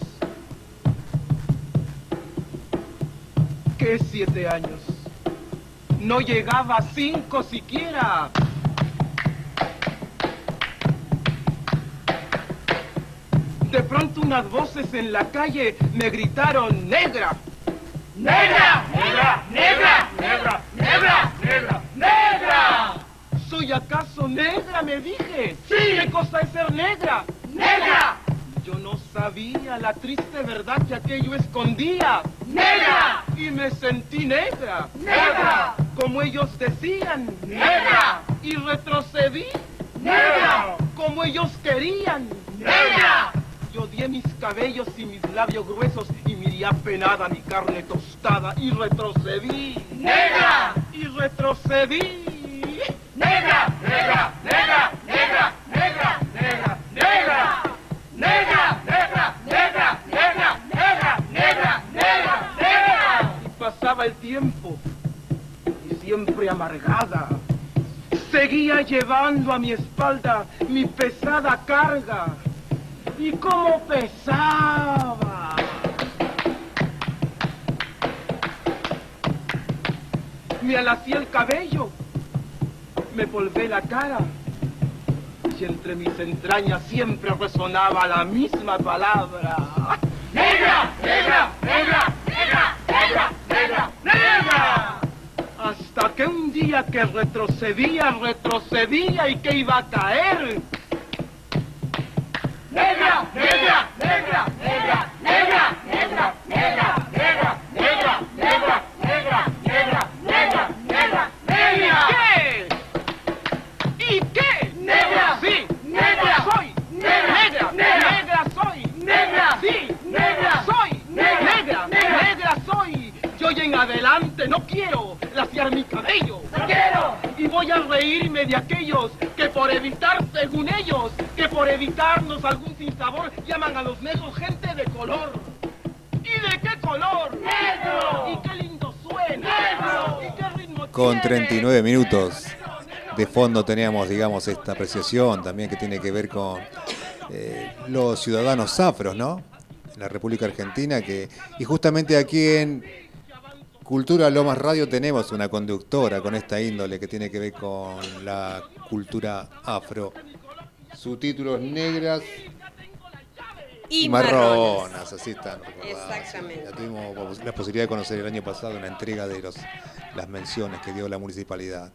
¿Qué siete años? No llegaba a cinco siquiera. De pronto unas voces en la calle me gritaron negra. ¡Negra! ¡Negra! ¡Negra! ¡Negra! ¡Negra! ¡Negra! ¡Negra! ¿Soy acaso negra? Me dije. ¡Sí! ¿Qué cosa es ser negra? ¡Negra! Yo no sabía la triste verdad que aquello escondía. ¡Negra! Y me sentí negra. ¡Negra! Como ellos decían. ¡Negra! Y retrocedí. ¡Negra! Como ellos querían. ¡Negra! Yo odié mis cabellos y mis labios gruesos y miré apenada mi carne tostada y retrocedí. ¡Negra! Y retrocedí. ¡Negra! ¡Negra! ¡Negra! ¡Negra! ¡Negra! ¡Negra! ¡Negra! ¡Negra! ¡Negra! ¡Negra! ¡Negra! ¡Negra! ¡Negra! ¡Negra! ¡Negra! Y pasaba el tiempo y siempre amargada seguía llevando a mi espalda mi pesada carga. Y cómo pesaba. Me alacé el cabello, me polvé la cara y entre mis entrañas siempre resonaba la misma palabra. ¡Negra! ¡Negra! ¡Negra! ¡Negra! ¡Negra! ¡Negra! ¡Negra! Hasta que un día que retrocedía, retrocedía y que iba a caer. ¡Negra! ¡Negra! ¡Negra! ¡Negra! ¡Negra! ¡Negra! ¡Negra! ¡Negra! ¡Negra! ¡Negra! ¡Negra! ¡Negra! ¡Negra! ¡Negra! ¡Negra! ¿Qué? ¿Y qué? ¡Negra! ¡Sí! ¡Negra soy! ¡Negra! ¡Negra! ¡Negra soy! ¡Negra! ¡Sí! ¡Negra soy! ¡Negra! ¡Negra soy! Yo y en adelante no quiero laciar mi cabello. ¡No quiero! Y voy a reírme de aquellos que por evitar, según ellos, que por evitarnos algún sinsabor, llaman a los negros gente de color. ¿Y de qué color? ¡Negro! ¿Y qué lindo suena? ¡Negro! ¿Y qué ritmo Con tiene? treinta y nueve minutos de fondo teníamos, digamos, esta apreciación también que tiene que ver con eh, los ciudadanos afros, ¿no? En la República Argentina, que y justamente aquí en Cultura Lomas Radio tenemos una conductora con esta índole que tiene que ver con la cultura afro. Su título es Negras y, y marronas. marronas, así están. Exactamente. Ya tuvimos la posibilidad de conocer el año pasado una entrega de los, las menciones que dio la municipalidad.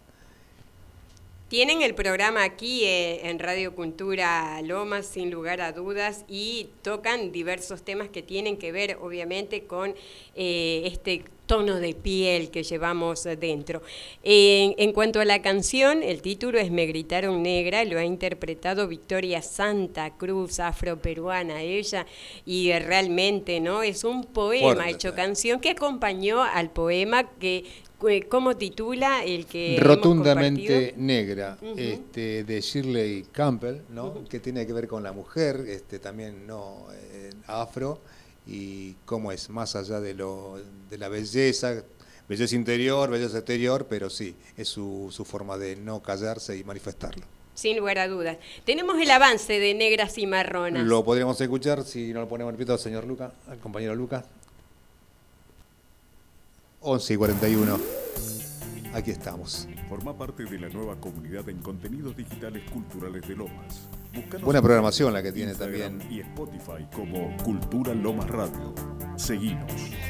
Tienen el programa aquí eh, en Radio Cultura Lomas, sin lugar a dudas, y tocan diversos temas que tienen que ver, obviamente, con eh, este tono de piel que llevamos dentro. En, en cuanto a la canción, el título es Me gritaron negra, lo ha interpretado Victoria Santa Cruz, afroperuana ella, y eh, realmente no es un poema Fuerte, hecho sí. canción que acompañó al poema que... ¿Cómo titula el que Rotundamente hemos negra, Uh-huh. este, de Shirley Campbell, ¿no? Uh-huh. Que tiene que ver con la mujer, este, también no eh, afro, y cómo es, más allá de, lo, de la belleza, belleza interior, belleza exterior, pero sí, es su, su forma de no callarse y manifestarlo. Sin lugar a dudas. Tenemos el avance de Negras y Marronas. Lo podríamos escuchar, si no lo ponemos en pito al señor Luca, al compañero Lucas. once y cuarenta y uno. aquí estamos. Forma parte de la nueva comunidad en contenidos digitales culturales de Lomas. Búscanos Buena en programación la que tiene Instagram también. y Spotify como Cultura Lomas Radio. Seguinos.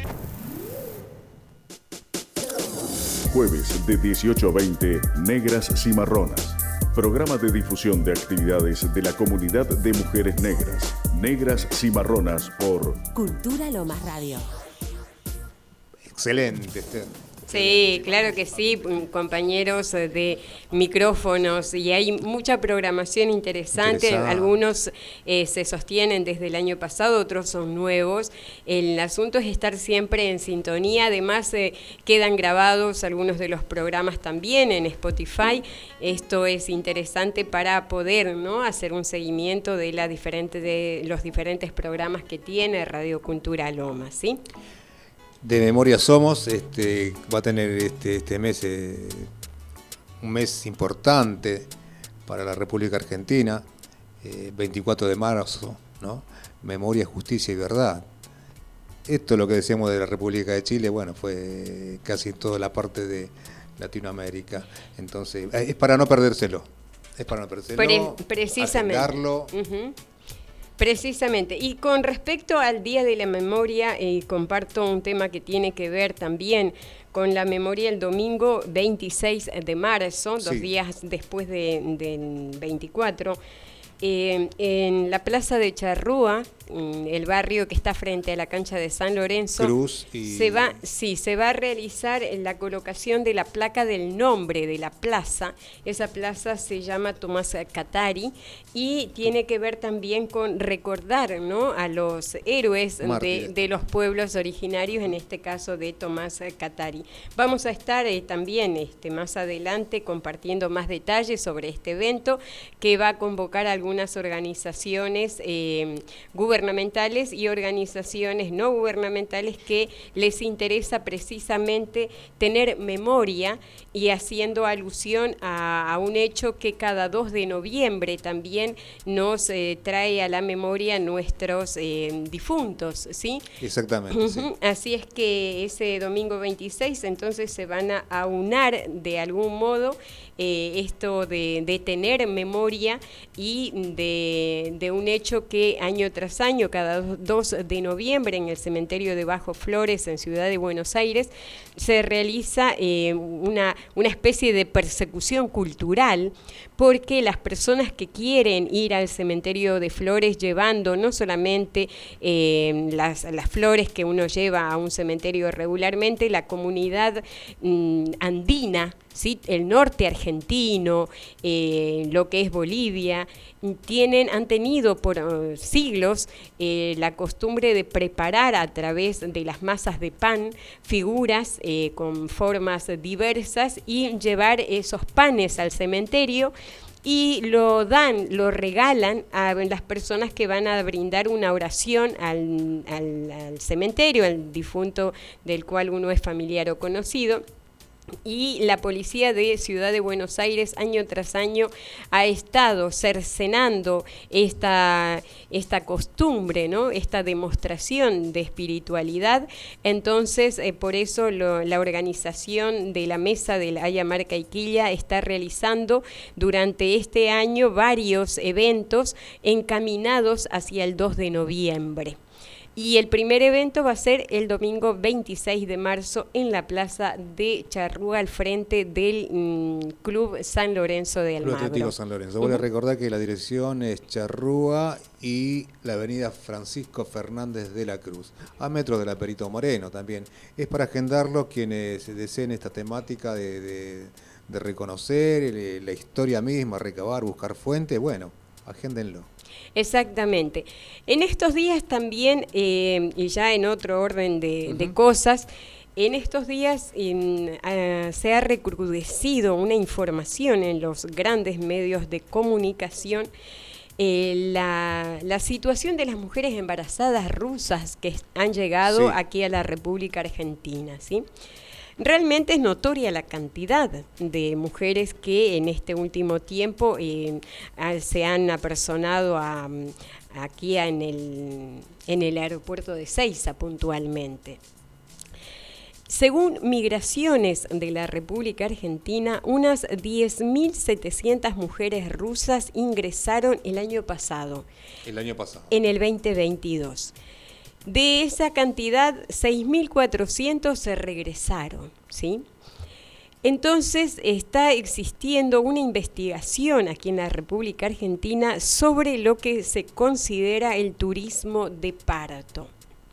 Jueves de dieciocho a veinte, Negras Cimarronas. Programa de difusión de actividades de la comunidad de mujeres negras. Negras Cimarronas por Cultura Lomas Radio. Excelente, Esther. Sí, claro que sí, compañeros de micrófonos, y hay mucha programación interesante. Interesante. Algunos eh, se sostienen desde el año pasado, otros son nuevos. El asunto es estar siempre en sintonía. Además, eh, quedan grabados algunos de los programas también en Spotify. Esto es interesante para poder, ¿no?, hacer un seguimiento de, la diferente, de los diferentes programas que tiene Radio Cultura Lomas, ¿sí? De Memoria Somos, este, va a tener este, este mes eh, un mes importante para la República Argentina, eh, veinticuatro de marzo, ¿no? Memoria, Justicia y Verdad. Esto es lo que decíamos de la República de Chile, bueno, fue casi toda la parte de Latinoamérica. Entonces, es para no perdérselo. Es para no perdérselo. Pre- precisamente. Agendarlo. Uh-huh. Precisamente. Y con respecto al Día de la Memoria, eh, comparto un tema que tiene que ver también con la memoria el domingo veintiséis de marzo, dos Sí. días después de, del veinticuatro. Eh, en la plaza de Charrúa, el barrio que está frente a la cancha de San Lorenzo, Cruz y... se va, sí, se va a realizar la colocación de la placa del nombre de la plaza. Esa plaza se llama Tomás Catari y tiene que ver también con recordar, ¿no?, a los héroes de, de los pueblos originarios, en este caso de Tomás Catari. Vamos a estar eh, también este, más adelante compartiendo más detalles sobre este evento que va a convocar a algunas organizaciones eh, gubernamentales y organizaciones no gubernamentales que les interesa precisamente tener memoria, y haciendo alusión a, a un hecho que cada dos de noviembre también nos eh, trae a la memoria nuestros eh, difuntos, ¿sí? Exactamente, sí. Uh-huh. Así es que ese domingo veintiséis entonces se van a aunar de algún modo eh, esto de, de tener memoria y de, de un hecho que año tras año, cada dos de noviembre en el cementerio de Bajo Flores en Ciudad de Buenos Aires, se realiza eh, una, una especie de persecución cultural, porque las personas que quieren ir al cementerio de Flores llevando no solamente eh, las, las flores que uno lleva a un cementerio regularmente, la comunidad mm, andina, ¿sí?, el norte argentino, eh, lo que es Bolivia, tienen, han tenido por uh, siglos eh, la costumbre de preparar a través de las masas de pan figuras eh, con formas diversas y llevar esos panes al cementerio, y lo dan, lo regalan a las personas que van a brindar una oración al, al, al cementerio, al difunto del cual uno es familiar o conocido. Y la policía de Ciudad de Buenos Aires año tras año ha estado cercenando esta, esta costumbre, ¿no?, esta demostración de espiritualidad. Entonces, eh, por eso lo, la organización de la Mesa de la Ayamarca y Quilla está realizando durante este año varios eventos encaminados hacia el dos de noviembre. Y el primer evento va a ser el domingo veintiséis de marzo en la plaza de Charrúa, al frente del mm, Club San Lorenzo de Almagro. Club Atlético San Lorenzo. Voy a recordar que la dirección es Charrúa y la avenida Francisco Fernández de la Cruz, a metros de la Perito Moreno también. Es para agendarlo quienes deseen esta temática de, de, de reconocer la historia misma, recabar, buscar fuentes. Bueno, agéndenlo. Exactamente. En estos días también, eh, y ya en otro orden de, uh-huh. de cosas, en estos días eh, uh, se ha recrudecido una información en los grandes medios de comunicación, eh, la, la situación de las mujeres embarazadas rusas que han llegado sí. aquí a la República Argentina, ¿sí? Realmente es notoria la cantidad de mujeres que en este último tiempo eh, se han apersonado a, a aquí en el, en el aeropuerto de Seiza puntualmente. Según Migraciones de la República Argentina, unas diez mil setecientas mujeres rusas ingresaron el año pasado. El año pasado. En el veinte veintidós. De esa cantidad, seis mil cuatrocientos se regresaron, ¿sí? Entonces está existiendo una investigación aquí en la República Argentina sobre lo que se considera el turismo de parto.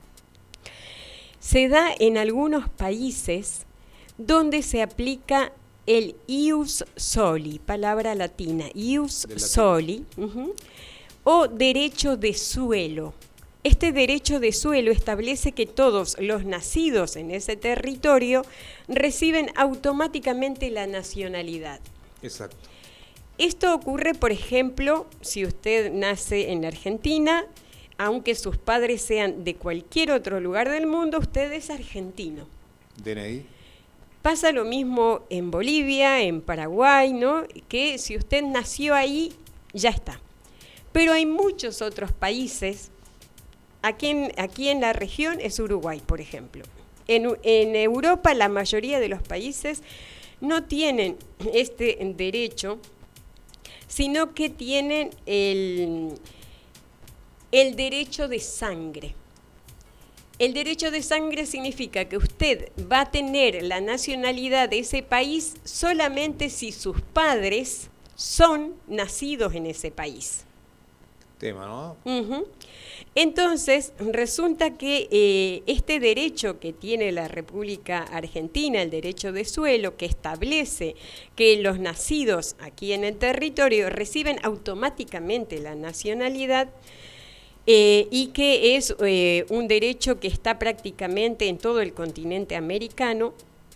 Se da en algunos países donde se aplica el ius soli, palabra latina, ius soli, uh-huh, o derecho de suelo. Este derecho de suelo establece que todos los nacidos en ese territorio reciben automáticamente la nacionalidad. Exacto. Esto ocurre, por ejemplo, si usted nace en la Argentina, aunque sus padres sean de cualquier otro lugar del mundo, usted es argentino. D N I. Pasa lo mismo en Bolivia, en Paraguay, ¿no? Que si usted nació ahí, ya está. Pero hay muchos otros países. Aquí en, aquí en la región es Uruguay, por ejemplo. En, en Europa la mayoría de los países no tienen este derecho, sino que tienen el, el derecho de sangre. El derecho de sangre significa que usted va a tener la nacionalidad de ese país solamente si sus padres son nacidos en ese país. Tema, ¿no? Uh-huh. Entonces, resulta que eh, este derecho que tiene la República Argentina, el derecho de suelo, que establece que los nacidos aquí en el territorio reciben automáticamente la nacionalidad, eh, y que es eh, un derecho que está prácticamente en todo el continente americano,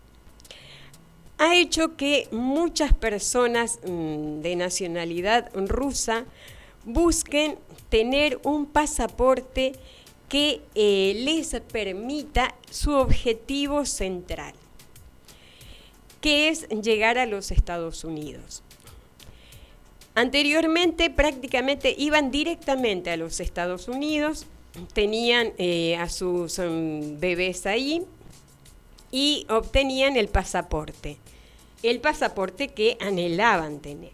ha hecho que muchas personas mmm, de nacionalidad rusa busquen tener un pasaporte que eh, les permita su objetivo central, que es llegar a los Estados Unidos. Anteriormente prácticamente iban directamente a los Estados Unidos, tenían eh, a sus um, bebés ahí y obtenían el pasaporte, el pasaporte que anhelaban tener.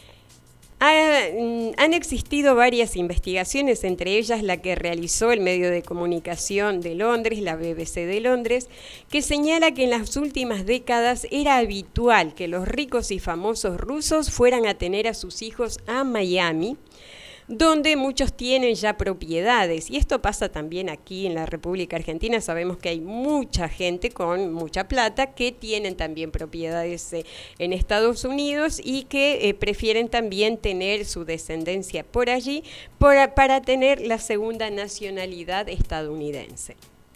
Ha, han existido varias investigaciones, entre ellas la que realizó el medio de comunicación de Londres, la B B C de Londres, que señala que en las últimas décadas era habitual que los ricos y famosos rusos fueran a tener a sus hijos a Miami, donde muchos tienen ya propiedades. Y esto pasa también aquí en la República Argentina. Sabemos que hay mucha gente con mucha plata que tienen también propiedades eh, en Estados Unidos y que eh, prefieren también tener su descendencia por allí por, para tener la segunda nacionalidad estadounidense.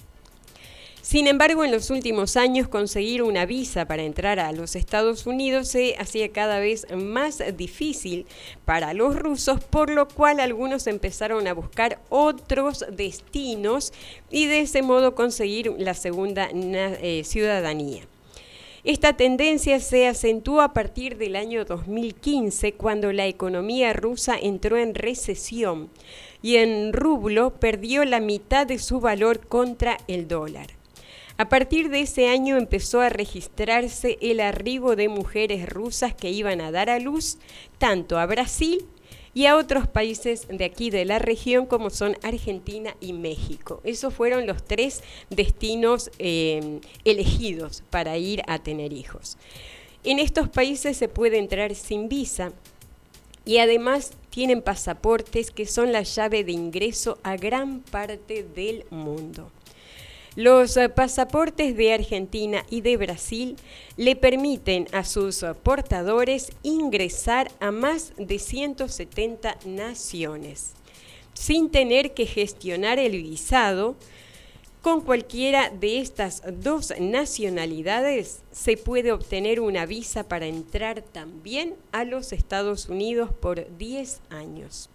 Sin embargo, en los últimos años conseguir una visa para entrar a los Estados Unidos se hacía cada vez más difícil para los rusos, por lo cual algunos empezaron a buscar otros destinos y de ese modo conseguir la segunda eh, ciudadanía. Esta tendencia se acentuó a partir del año dos mil quince, cuando la economía rusa entró en recesión y en rublo perdió la mitad de su valor contra el dólar. A partir de ese año empezó a registrarse el arribo de mujeres rusas que iban a dar a luz tanto a Brasil y a otros países de aquí de la región como son Argentina y México. Esos fueron los tres destinos eh, elegidos para ir a tener hijos. En estos países se puede entrar sin visa y además tienen pasaportes que son la llave de ingreso a gran parte del mundo. Los uh, pasaportes de Argentina y de Brasil le permiten a sus uh, portadores ingresar a más de ciento setenta naciones, sin tener que gestionar el visado. Con cualquiera de estas dos nacionalidades se puede obtener una visa para entrar también a los Estados Unidos por diez años.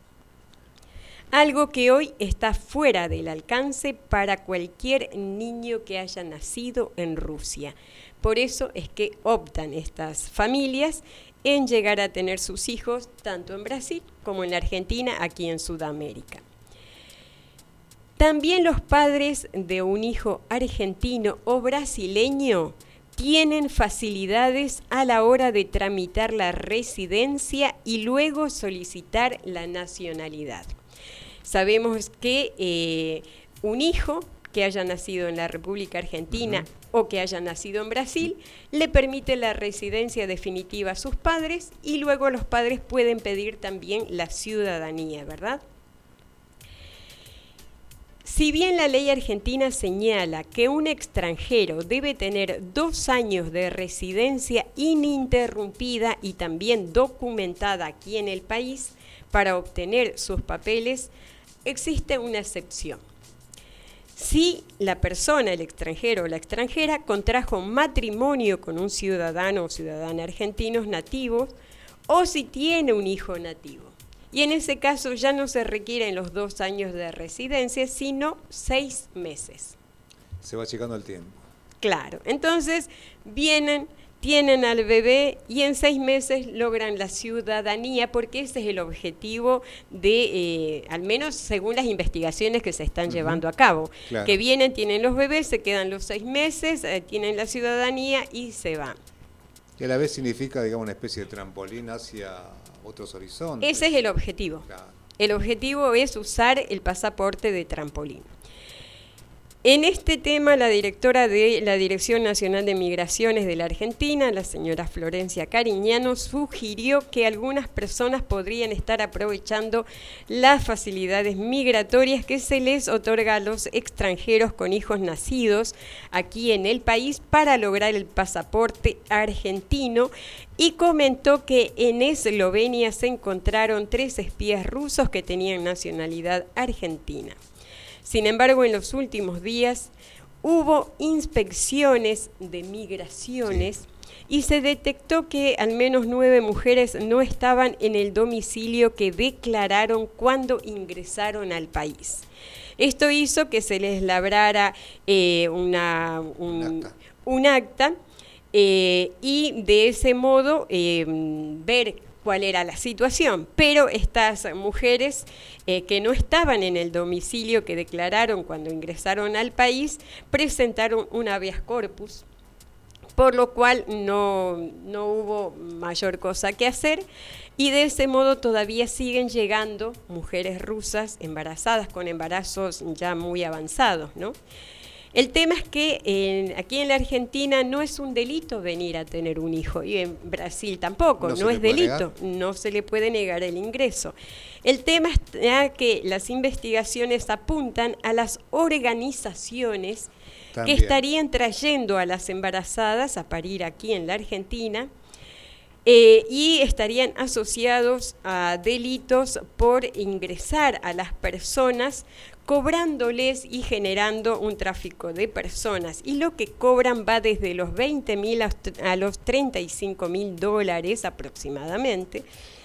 Algo que hoy está fuera del alcance para cualquier niño que haya nacido en Rusia. Por eso es que optan estas familias en llegar a tener sus hijos tanto en Brasil como en la Argentina, aquí en Sudamérica. También los padres de un hijo argentino o brasileño tienen facilidades a la hora de tramitar la residencia y luego solicitar la nacionalidad. Sabemos que eh, un hijo que haya nacido en la República Argentina uh-huh. o que haya nacido en Brasil, le permite la residencia definitiva a sus padres y luego los padres pueden pedir también la ciudadanía, ¿verdad? Si bien la ley argentina señala que un extranjero debe tener dos años de residencia ininterrumpida y también documentada aquí en el país para obtener sus papeles, existe una excepción. Si la persona, el extranjero o la extranjera, contrajo matrimonio con un ciudadano o ciudadana argentinos nativos o si tiene un hijo nativo. Y en ese caso ya no se requieren los dos años de residencia, sino seis meses. Se va achicando el tiempo. Claro, entonces vienen, tienen al bebé y en seis meses logran la ciudadanía, porque ese es el objetivo de, eh, al menos según las investigaciones que se están uh-huh. llevando a cabo. Claro. Que vienen, tienen los bebés, se quedan los seis meses, eh, tienen la ciudadanía y se van. Y a la vez significa, digamos, una especie de trampolín hacia otros horizontes. Ese es el objetivo. Claro. El objetivo es usar el pasaporte de trampolín. En este tema, la directora de la Dirección Nacional de Migraciones de la Argentina, la señora Florencia Cariñano, sugirió que algunas personas podrían estar aprovechando las facilidades migratorias que se les otorga a los extranjeros con hijos nacidos aquí en el país para lograr el pasaporte argentino, y comentó que en Eslovenia se encontraron tres espías rusos que tenían nacionalidad argentina. Sin embargo, en los últimos días hubo inspecciones de migraciones sí. y se detectó que al menos nueve mujeres no estaban en el domicilio que declararon cuando ingresaron al país. Esto hizo que se les labrara eh, una, un, un acta, un acta eh, y de ese modo eh, ver cuál era la situación, pero estas mujeres eh, que no estaban en el domicilio que declararon cuando ingresaron al país, presentaron un habeas corpus, por lo cual no, no hubo mayor cosa que hacer, y de ese modo todavía siguen llegando mujeres rusas embarazadas con embarazos ya muy avanzados, ¿no? El tema es que eh, aquí en la Argentina no es un delito venir a tener un hijo, y en Brasil tampoco, no, no es delito, no se le puede negar el ingreso. El tema es que las investigaciones apuntan a las organizaciones también que estarían trayendo a las embarazadas a parir aquí en la Argentina, Eh, y estarían asociados a delitos por ingresar a las personas cobrándoles y generando un tráfico de personas. Y lo que cobran va desde los veinte mil a los treinta y cinco mil dólares aproximadamente.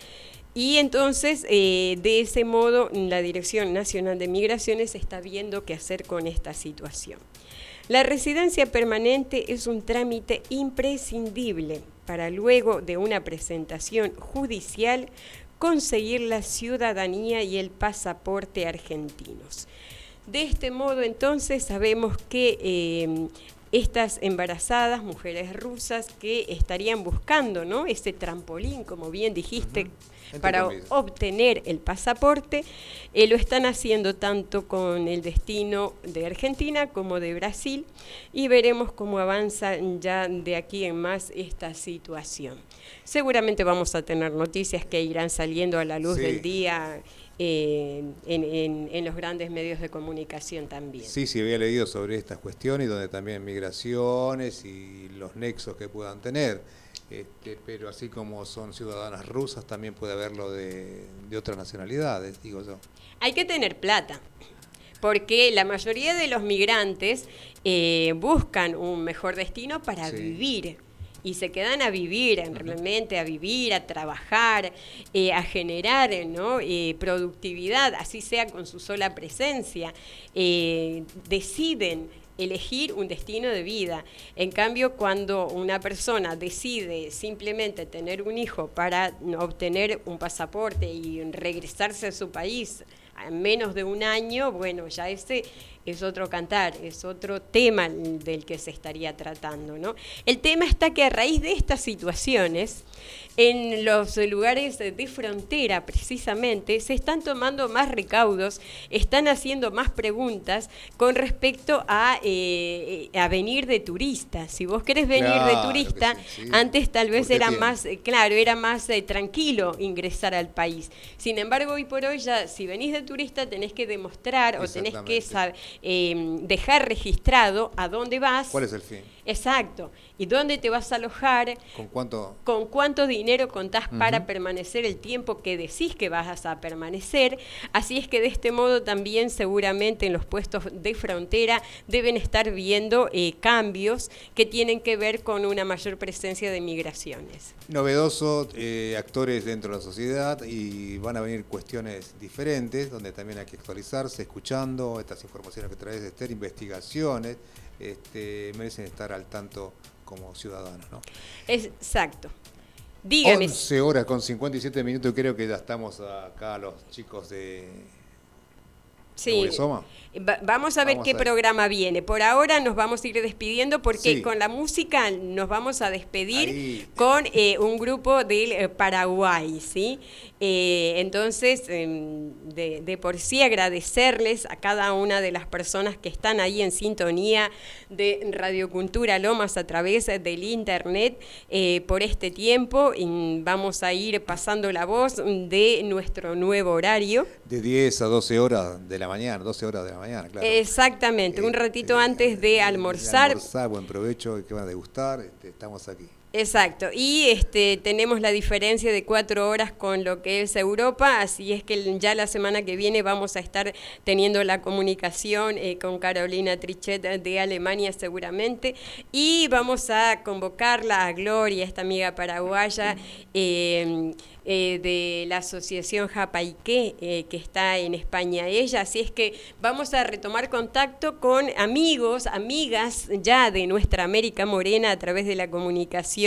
Y entonces, eh, de ese modo, la Dirección Nacional de Migraciones está viendo qué hacer con esta situación. La residencia permanente es un trámite imprescindible para luego de una presentación judicial conseguir la ciudadanía y el pasaporte argentinos. De este modo, entonces, sabemos que eh, estas embarazadas, mujeres rusas que estarían buscando, ¿no?, ese trampolín, como bien dijiste, uh-huh. para obtener el pasaporte, eh, lo están haciendo tanto con el destino de Argentina como de Brasil, y veremos cómo avanza ya de aquí en más esta situación. Seguramente vamos a tener noticias que irán saliendo a la luz sí. del día eh, en, en, en los grandes medios de comunicación también. Sí, sí, había leído sobre estas cuestiones, donde también migraciones y los nexos que puedan tener. Este, pero así como son ciudadanas rusas, también puede haberlo de, de otras nacionalidades, digo yo. Hay que tener plata, porque la mayoría de los migrantes eh, buscan un mejor destino para sí. vivir, y se quedan a vivir, uh-huh. realmente a vivir, a trabajar, eh, a generar, ¿no?, eh, productividad, así sea con su sola presencia. Eh, deciden elegir un destino de vida. En cambio, cuando una persona decide simplemente tener un hijo para obtener un pasaporte y regresarse a su país a menos de un año, bueno, ya ese es otro cantar, es otro tema del que se estaría tratando, ¿no? El tema está que a raíz de estas situaciones, en los lugares de frontera precisamente, se están tomando más recaudos, están haciendo más preguntas con respecto a, eh, a venir de turista. Si vos querés venir Claro de turista, sí, sí. antes tal vez Porque era tiene. más, eh, claro, era más eh, tranquilo ingresar al país. Sin embargo, hoy por hoy ya, si venís de turista, tenés que demostrar o tenés que saber, eh, dejar registrado a dónde vas. ¿Cuál es el fin? Exacto. ¿Y dónde te vas a alojar? ¿Con cuánto? ¿Con cuánto dinero contás Ujú. para permanecer el tiempo que decís que vas a permanecer? Así es que de este modo también seguramente en los puestos de frontera deben estar viendo eh, cambios que tienen que ver con una mayor presencia de migraciones. Novedoso, eh, actores dentro de la sociedad, y van a venir cuestiones diferentes donde también hay que actualizarse, escuchando estas informaciones que traes, Esther, investigaciones, este, merecen estar al tanto como ciudadanos, ¿no? Exacto. Dígame. once horas con cincuenta y siete minutos, creo que ya estamos acá los chicos de... Sí. ¿Soma? Va- vamos a ver Vamos qué a ver. programa viene. Por ahora nos vamos a ir despidiendo porque Sí. con la música nos vamos a despedir Ahí. con eh, un grupo del eh, Paraguay, ¿sí? Eh, entonces, em, de, de por sí agradecerles a cada una de las personas que están ahí en sintonía de Radio Cultura Lomas a través del internet eh, por este tiempo. Y vamos a ir pasando la voz de nuestro nuevo horario. De diez a doce horas de la mañana, doce horas de la mañana, claro. Exactamente, un ratito antes de almorzar. Almorzar, buen provecho, y que van a degustar, este, estamos aquí. Exacto, y este tenemos la diferencia de cuatro horas con lo que es Europa, así es que ya la semana que viene vamos a estar teniendo la comunicación eh, con Carolina Trichet de Alemania seguramente, y vamos a convocarla a Gloria, esta amiga paraguaya eh, eh, de la asociación Japaiké, eh, que está en España ella, así es que vamos a retomar contacto con amigos, amigas ya de nuestra América Morena a través de la comunicación.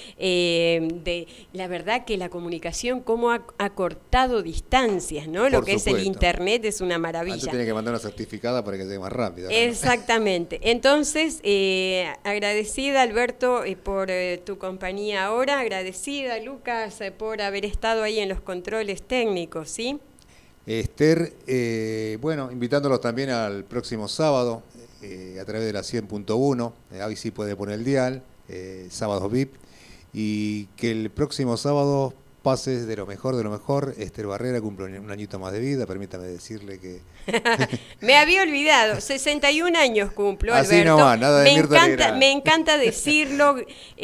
Eh, de la verdad que la comunicación cómo ha, ha cortado distancias, ¿no? Lo Por que es el supuesto. internet es una maravilla. Antes tiene que mandar una certificada para que llegue más rápido, ¿no? Exactamente. Entonces, eh, agradecida Alberto eh, por eh, tu compañía ahora, agradecida Lucas eh, por haber estado ahí en los controles técnicos, ¿sí? Esther, eh, bueno, invitándolos también al próximo sábado eh, a través de la cien punto uno, eh, ahí sí puede poner el dial, eh, sábados V I P, y que el próximo sábado pases de lo mejor, de lo mejor. Esther Barrera cumple un añito más de vida, permítame decirle que... Me había olvidado, sesenta y un años cumplo, Así Alberto. nomás, nada de me, Mirta encanta, Legrand. me encanta decirlo,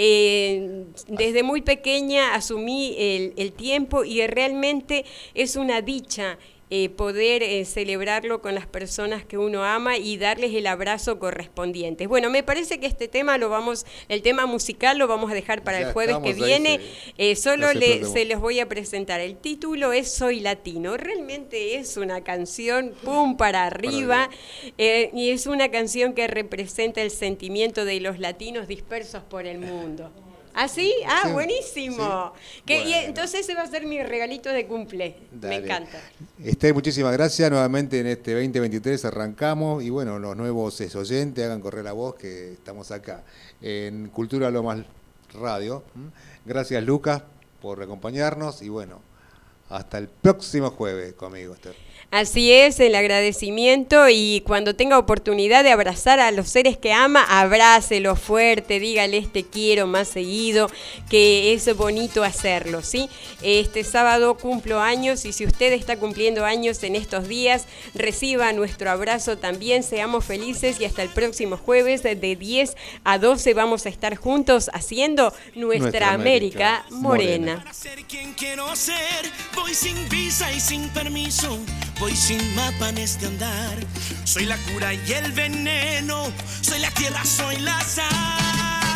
eh, desde muy pequeña asumí el, el tiempo y realmente es una dicha eh, poder eh, celebrarlo con las personas que uno ama y darles el abrazo correspondiente. Bueno, me parece que este tema lo vamos, el tema musical lo vamos a dejar para Ya el jueves que estamos ahí, viene. sí. Eh, solo No se le, preocupe. se les voy a presentar. El título es Soy Latino. Realmente es una canción pum para arriba eh, y es una canción que representa el sentimiento de los latinos dispersos por el mundo. ¿Ah, sí? Ah, Sí, buenísimo. Que, y Bueno. entonces ese va a ser mi regalito de cumple. Dale. Me encanta. Esther, muchísimas gracias. Nuevamente en este veinte veintitrés arrancamos, y bueno, los nuevos es oyentes, hagan correr la voz que estamos acá en Cultura Lomas Radio. ¿Mm? Gracias, Lucas, por acompañarnos, y bueno, hasta el próximo jueves conmigo, Esther. Así es, el agradecimiento, y cuando tenga oportunidad de abrazar a los seres que ama, abrácelo fuerte, dígales te quiero más seguido, que es bonito hacerlo, ¿sí? Este sábado cumplo años, y si usted está cumpliendo años en estos días, reciba nuestro abrazo también, seamos felices, y hasta el próximo jueves de diez a doce vamos a estar juntos haciendo nuestra, Nuestra América, América Morena. Morena. Quien quiero ser, voy sin visa y sin permiso, voy sin mapa en este andar. Soy la cura y el veneno, soy la tierra, soy la sal.